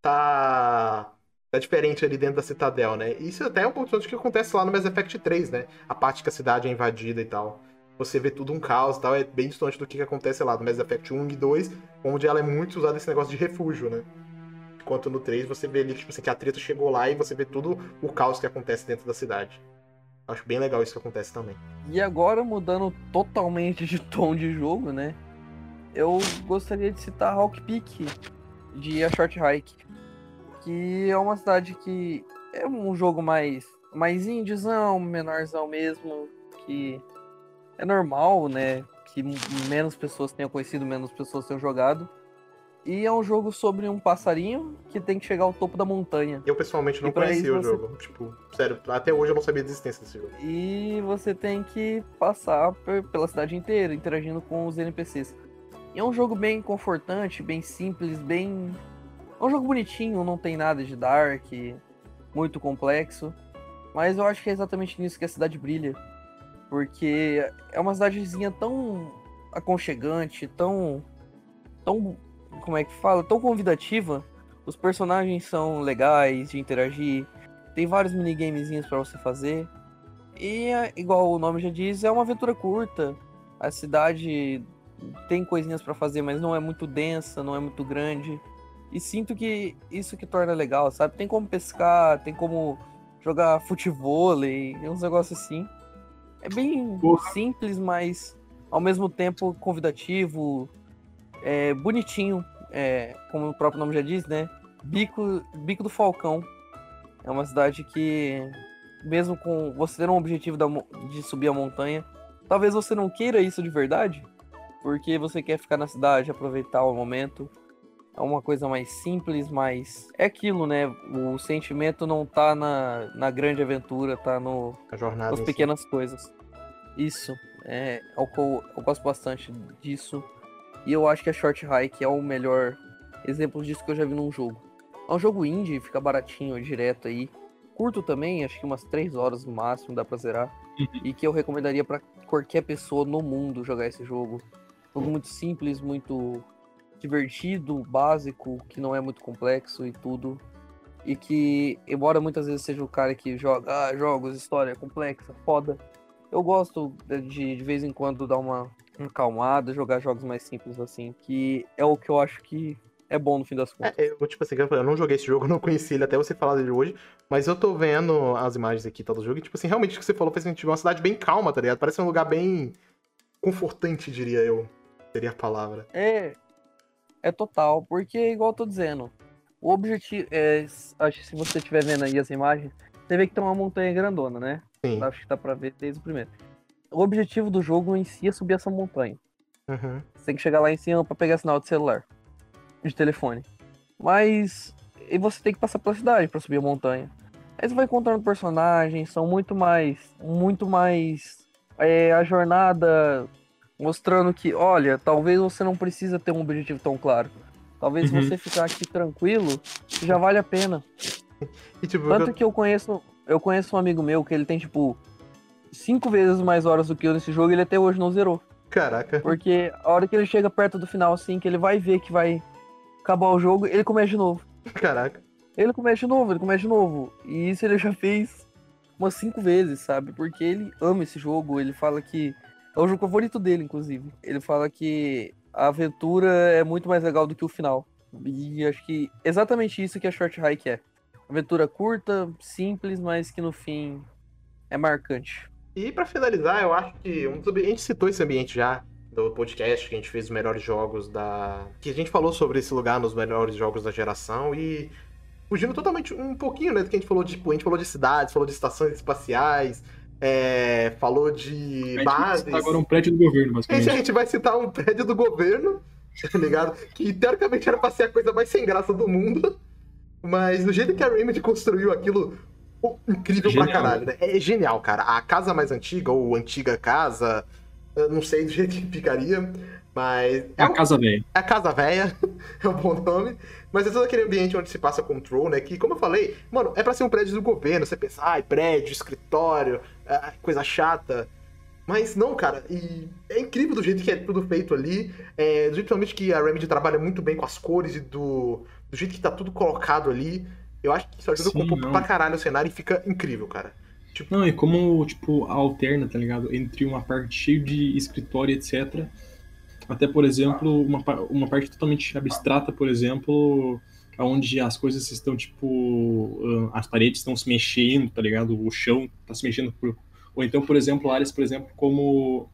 tá diferente ali dentro da Citadel, né? Isso até é um pouco que acontece lá no Mass Effect 3, né? A parte que a cidade é invadida e tal. Você vê tudo um caos e tal, é bem distante do que acontece lá no Mass Effect 1 e 2, onde ela é muito usada esse negócio de refúgio, né? Enquanto no 3 você vê ali tipo assim, que a treta chegou lá e você vê tudo o caos que acontece dentro da cidade. Acho bem legal isso que acontece também. E agora, mudando totalmente de tom de jogo, né? Eu gostaria de citar Hawk Peak, de A Short Hike. Que é uma cidade que é um jogo mais indiezão, menorzão mesmo, que é normal, né? Que menos pessoas tenham conhecido, menos pessoas tenham jogado. E é um jogo sobre um passarinho que tem que chegar ao topo da montanha. Eu pessoalmente não E pra conhecia isso o jogo. Tipo, sério, até hoje eu não sabia da existência desse jogo. E você tem que passar pela cidade inteira, interagindo com os NPCs. E é um jogo bem confortante, bem simples, bem. É um jogo bonitinho, não tem nada de dark, muito complexo. Mas eu acho que é exatamente nisso que a cidade brilha. Porque é uma cidadezinha tão aconchegante, tão, como é que fala? Tão convidativa. Os personagens são legais de interagir. Tem vários minigamezinhos pra você fazer. E, igual o nome já diz, é uma aventura curta. A cidade tem coisinhas pra fazer, mas não é muito densa, não é muito grande. E sinto que isso que torna legal, sabe? Tem como pescar, tem como jogar futevôlei, uns negócios assim. É bem Porra. simples, mas ao mesmo tempo convidativo, bonitinho, como o próprio nome já diz, né? Bico do Falcão. É uma cidade que, mesmo com você ter um objetivo de subir a montanha, talvez você não queira isso de verdade, porque você quer ficar na cidade, aproveitar o momento. É uma coisa mais simples, mas é aquilo, né? O sentimento não tá na grande aventura, tá A jornada nas em si. pequenas coisas. Isso, é o que eu gosto bastante disso. E eu acho que a Short Hike é o melhor exemplo disso que eu já vi num jogo. É um jogo indie, fica baratinho, direto aí. Curto também, acho que umas 3 horas no máximo dá pra zerar. E que eu recomendaria pra qualquer pessoa no mundo jogar esse jogo. Jogo muito simples, muito divertido, básico, que não é muito complexo e tudo. E que, embora muitas vezes seja o cara que joga jogos, história complexa, foda, eu gosto de vez em quando dar uma acalmada, jogar jogos mais simples assim, que é o que eu acho que é bom no fim das contas. Eu, tipo assim, eu não joguei esse jogo, eu não conheci ele até você falar dele hoje, mas eu tô vendo as imagens aqui tá, do jogo e, tipo assim, realmente o que você falou fez sentido. Uma cidade bem calma, tá ligado? Parece um lugar bem confortante, diria eu. Seria a palavra. É total, porque igual eu tô dizendo, o objetivo acho que se você estiver vendo aí as imagens, você vê que tem uma montanha grandona, né? Sim. Acho que dá pra ver desde o primeiro. O objetivo do jogo em si é subir essa montanha. Uhum. Você tem que chegar lá em cima pra pegar sinal de celular, de telefone. Mas e você tem que passar pela cidade pra subir a montanha. Aí você vai encontrando personagens, são muito mais a jornada mostrando que, olha, talvez você não precisa ter um objetivo tão claro. Talvez Uhum. você ficar aqui tranquilo já vale a pena. E, tipo, Tanto que eu conheço um amigo meu que ele tem tipo 5 vezes mais horas do que eu nesse jogo e ele até hoje não zerou. Caraca. Porque a hora que ele chega perto do final, assim, que ele vai ver que vai acabar o jogo, ele começa de novo. Caraca. Ele começa de novo. E isso ele já fez umas 5 vezes, sabe? Porque ele ama esse jogo. Ele fala que é o jogo favorito dele, inclusive. Ele fala que a aventura é muito mais legal do que o final. E acho que exatamente isso que a Short Hike é. Aventura curta, simples, mas que no fim é marcante. E pra finalizar, eu acho que a gente citou esse ambiente já do podcast que a gente fez os melhores jogos que a gente falou sobre esse lugar nos melhores jogos da geração e fugindo totalmente um pouquinho, né, do que a gente falou a gente falou de cidades, falou de estações espaciais, falou de bases. Vai citar agora um prédio do governo, basicamente. A gente vai citar um prédio do governo, tá ligado? Que teoricamente era pra ser a coisa mais sem graça do mundo, mas do jeito que a Remedy construiu aquilo, incrível Genial. pra caralho, né? É genial, cara. A casa mais antiga, ou antiga casa, eu não sei do jeito que ficaria, mas... É a casa velha. É a casa velha, é um bom nome. Mas é todo aquele ambiente onde se passa Control, né? Que, como eu falei, mano, é pra ser um prédio do governo. Você pensa, prédio, escritório, coisa chata. Mas não, cara, e é incrível do jeito que é tudo feito ali. Do jeito realmente que a Remedy trabalha muito bem com as cores e do jeito que tá tudo colocado ali. Eu acho que isso ajuda Sim, a compor pra caralho o cenário e fica incrível, cara. Tipo, Não, e como, tipo, alterna, tá ligado? Entre uma parte cheia de escritório, etc. Até, por exemplo, uma parte totalmente abstrata, por exemplo, onde as coisas estão, tipo, as paredes estão se mexendo, tá ligado? O chão tá se mexendo. Ou então, por exemplo, áreas, por exemplo, como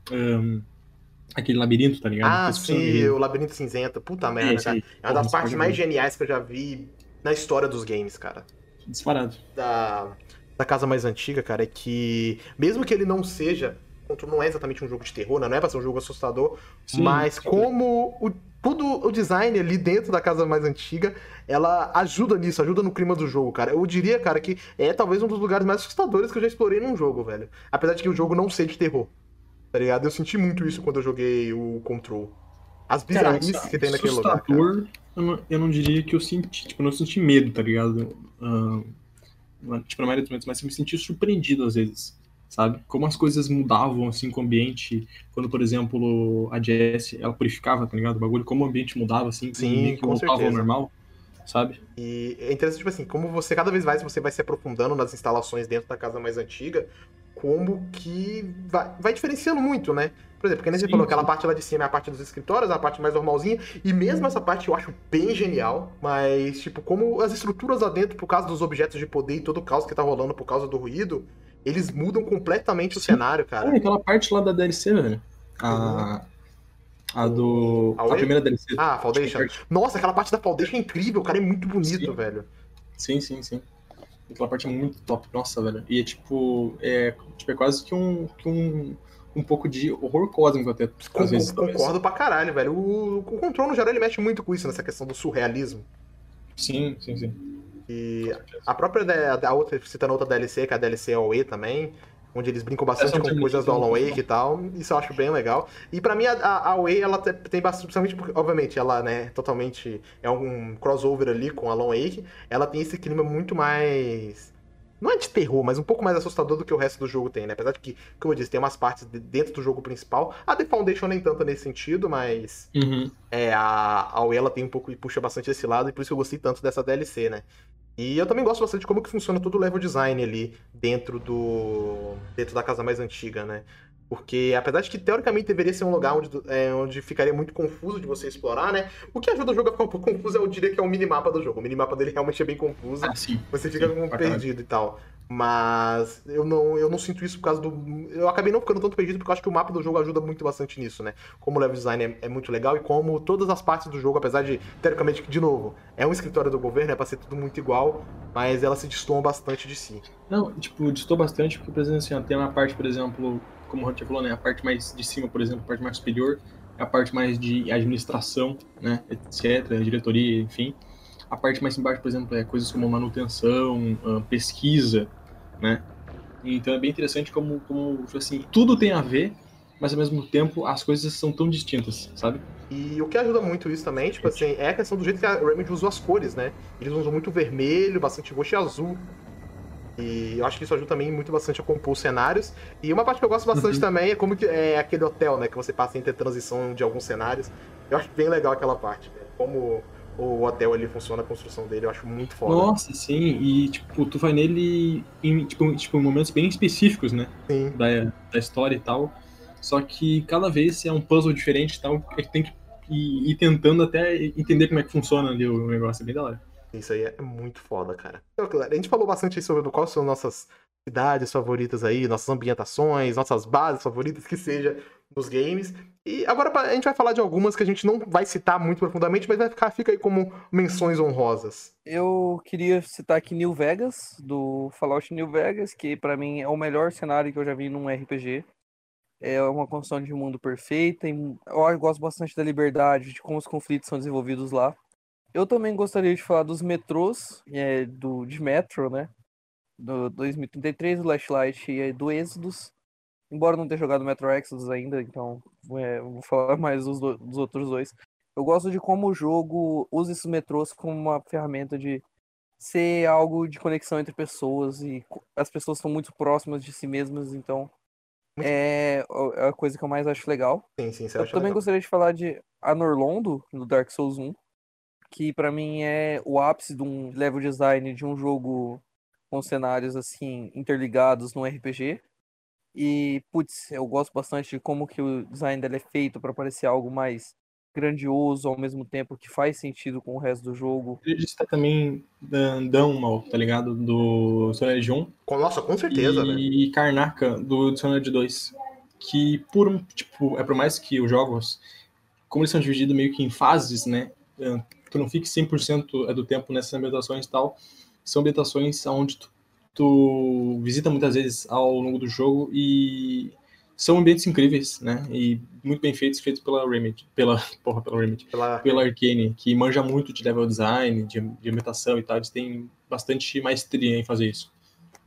aquele labirinto, tá ligado? sim, o Labirinto Cinzento. Puta merda, cara. É uma das partes mais geniais que eu já vi na história dos games, cara. Disparado. Da casa mais antiga, cara, é que mesmo que ele não seja, Control não é exatamente um jogo de terror, né? Não é pra ser um jogo assustador, Sim, mas sim. como todo o design ali dentro da casa mais antiga, ela ajuda nisso, ajuda no clima do jogo, cara. Eu diria, cara, que é talvez um dos lugares mais assustadores que eu já explorei num jogo, velho. Apesar de que o jogo não ser de terror, tá ligado? Eu senti muito isso quando eu joguei o Control. As bizarrices que tem naquele lugar, cara. Assustador, eu não diria que eu senti, tipo, eu não senti medo, tá ligado? Tipo, na maioria dos momentos, mas eu me senti surpreendido às vezes, sabe? Como as coisas mudavam, assim, com o ambiente, quando, por exemplo, a Jess, ela purificava, tá ligado? O bagulho, como o ambiente mudava, assim, Sim, meio que com voltava ao certeza. normal, sabe? E é interessante, tipo assim, como você cada vez mais você vai se aprofundando nas instalações dentro da casa mais antiga, como que vai diferenciando muito, né? Por exemplo, porque nem você Sim, falou, aquela sim. parte lá de cima é a parte dos escritórios, a parte mais normalzinha, e mesmo essa parte eu acho bem genial, mas, tipo, como as estruturas lá dentro, por causa dos objetos de poder e todo o caos que tá rolando por causa do ruído, eles mudam completamente o Sim. cenário, cara. Aquela parte lá da DLC, velho. A Away? primeira DLC. Ah, Foundation. Nossa, aquela parte da Foundation é incrível, cara, é muito bonito, Sim. velho. Sim. Aquela parte é muito top, nossa, velho. E é quase que um pouco de horror cósmico até, às vezes. Concordo pra caralho, velho. O Control, no geral, ele mexe muito com isso, nessa questão do surrealismo. Sim. E a própria outra, citando outra DLC, que é a DLC AOE também, onde eles brincam bastante com coisas do Alan Wake e tal, isso eu acho bem legal. E pra mim, a AOE, ela tem bastante, principalmente porque, obviamente, ela, né, totalmente é um crossover ali com Alan Wake, ela tem esse clima muito mais... Não é de terror, mas um pouco mais assustador do que o resto do jogo tem, né? Apesar de que, como eu disse, tem umas partes dentro do jogo principal. A The Foundation nem tanto nesse sentido, mas... Uhum. A AOE, ela tem um pouco e puxa bastante esse lado, e por isso que eu gostei tanto dessa DLC, né? E eu também gosto bastante de como que funciona todo o level design ali dentro da casa mais antiga, né? Porque apesar de que teoricamente deveria ser um lugar onde ficaria muito confuso de você explorar, né? O que ajuda o jogo a ficar um pouco confuso eu diria que é o minimapa do jogo. O minimapa dele realmente é bem confuso. Sim. Você fica Sim, perdido e tal. Mas eu não sinto isso por causa do... Eu acabei não ficando tanto perdido porque eu acho que o mapa do jogo ajuda muito bastante nisso, né? Como o level design é muito legal e como todas as partes do jogo, apesar de, teoricamente, de novo, é um escritório do governo, é pra ser tudo muito igual, mas elas se destoam bastante de si. Não, tipo, distou bastante porque, por exemplo, assim, ó, tem uma parte, por exemplo, como o Hunter falou, né? A parte mais de cima, por exemplo, a parte mais superior, é a parte mais de administração, né? Etc., diretoria, enfim. A parte mais embaixo, por exemplo, é coisas como manutenção, pesquisa, né? Então é bem interessante como tipo assim, tudo tem a ver, mas ao mesmo tempo as coisas são tão distintas, sabe? E o que ajuda muito isso também, tipo assim, é a questão do jeito que a Remedy usou as cores, né? Eles usam muito vermelho, bastante roxo e azul. E eu acho que isso ajuda também muito bastante a compor os cenários. E uma parte que eu gosto bastante também é como que é aquele hotel, né? Que você passa entre a transição de alguns cenários. Eu acho bem legal aquela parte, né? Como o hotel ali funciona, a construção dele, eu acho muito foda. Nossa, sim, e tipo, tu vai nele em em momentos bem específicos, né? Sim. Da história e tal. Só que cada vez é um puzzle diferente e tal, que tem que ir tentando até entender como é que funciona ali o negócio, é bem da hora. Isso aí é muito foda, cara. Então, claro, a gente falou bastante aí sobre quais são nossas cidades favoritas aí, nossas ambientações, nossas bases favoritas, que seja nos games. E agora a gente vai falar de algumas que a gente não vai citar muito profundamente, mas fica aí como menções honrosas. Eu queria citar aqui New Vegas, do Fallout New Vegas, que pra mim é o melhor cenário que eu já vi num RPG. É uma construção de mundo perfeita. Eu gosto bastante da liberdade, de como os conflitos são desenvolvidos lá. Eu também gostaria de falar dos metrôs, de Metro, né? Do 2033, do Last Light e do Exodus. Embora não tenha jogado Metro Exodus ainda, então eu vou falar mais dos outros dois. Eu gosto de como o jogo usa esses metrôs como uma ferramenta de ser algo de conexão entre pessoas e as pessoas são muito próximas de si mesmas, então é a coisa que eu mais acho legal. Sim, você Eu acha também legal. gostaria de falar de Anor Londo, no Dark Souls 1, que pra mim é o ápice de um level design de um jogo com cenários assim interligados no RPG. E, putz, eu gosto bastante de como que o design dela é feito para parecer algo mais grandioso, ao mesmo tempo que faz sentido com o resto do jogo. Queria destacar também Dunmal, tá ligado? Do Dishonored 1. Nossa, com certeza, velho. E Karnaka, do Dishonored 2. Que, por mais que os jogos, como eles são divididos meio que em fases, né? Tu não fique 100% do tempo nessas ambientações e tal. São ambientações onde tu visita muitas vezes ao longo do jogo e são ambientes incríveis, né? E muito bem feitos pela Remedy, pela Remedy, pela Arcane, que manja muito de level design, de ambientação e tal. Eles têm bastante maestria em fazer isso.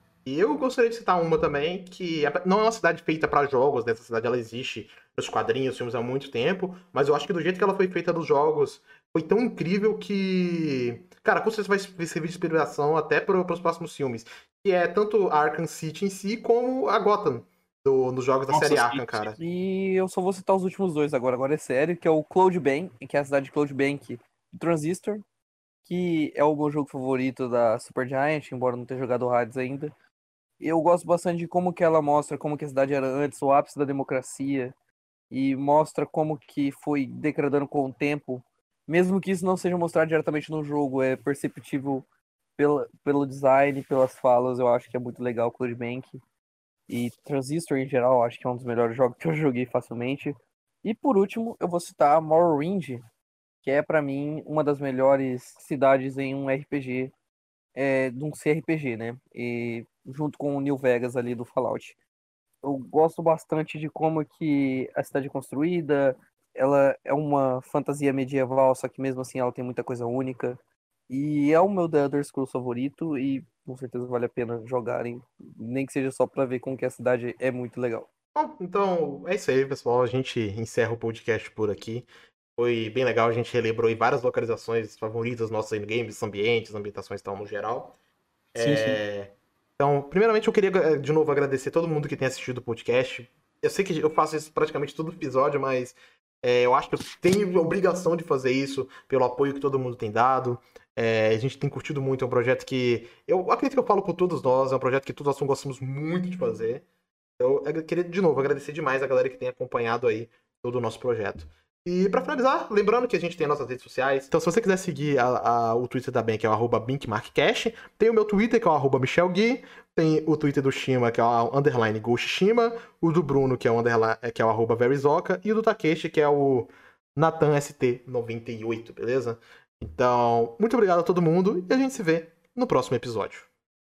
E eu gostaria de citar uma também, que não é uma cidade feita para jogos, né? Essa cidade ela existe nos quadrinhos, filmes há muito tempo, mas eu acho que do jeito que ela foi feita nos jogos, foi tão incrível que, cara, com certeza vai servir de inspiração até para os próximos filmes. Que é tanto a Arkham City em si, como a Gotham, nos jogos da série Arkham, cara. E eu só vou citar os últimos dois agora é sério, que é o Cloud Bank, que é a cidade de Cloud Bank do Transistor, que é o meu jogo favorito da Supergiant, embora não tenha jogado o Hades ainda. Eu gosto bastante de como que ela mostra como que a cidade era antes, o ápice da democracia, e mostra como que foi degradando com o tempo. Mesmo que isso não seja mostrado diretamente no jogo, é perceptível pelo design, pelas falas, eu acho que é muito legal o Cloud Bank. E Transistor, em geral, acho que é um dos melhores jogos que eu joguei facilmente. E por último, eu vou citar Morrowind, que é pra mim uma das melhores cidades em um RPG, de um CRPG, né? E junto com o New Vegas ali do Fallout. Eu gosto bastante de como que a cidade é construída, ela é uma fantasia medieval, só que mesmo assim ela tem muita coisa única. E é o meu The Elder Scrolls favorito e com certeza vale a pena jogarem, nem que seja só pra ver como que a cidade é muito legal. Bom, então é isso aí, pessoal. A gente encerra o podcast por aqui. Foi bem legal, a gente relembrou aí várias localizações favoritas nossas aí no games, ambientes, ambientações e tal, no geral. Sim. Então, primeiramente eu queria de novo agradecer todo mundo que tem assistido o podcast. Eu sei que eu faço isso praticamente todo episódio, mas eu acho que eu tenho a obrigação de fazer isso pelo apoio que todo mundo tem dado. A gente tem curtido muito, é um projeto que eu acredito que eu falo por todos nós, é um projeto que todos nós gostamos muito de fazer. Eu queria de novo agradecer demais a galera que tem acompanhado aí todo o nosso projeto. E pra finalizar, lembrando que a gente tem nossas redes sociais. Então, se você quiser seguir o Twitter da Ben, que é o @BinkMarkCash, tem o meu Twitter, que é o @MichelGui, tem o Twitter do Shima, que é o _GhostShima, o do Bruno, que é que é o @Verizoka, e o do Takeshi, que é o NatanST98, beleza? Então, muito obrigado a todo mundo e a gente se vê no próximo episódio.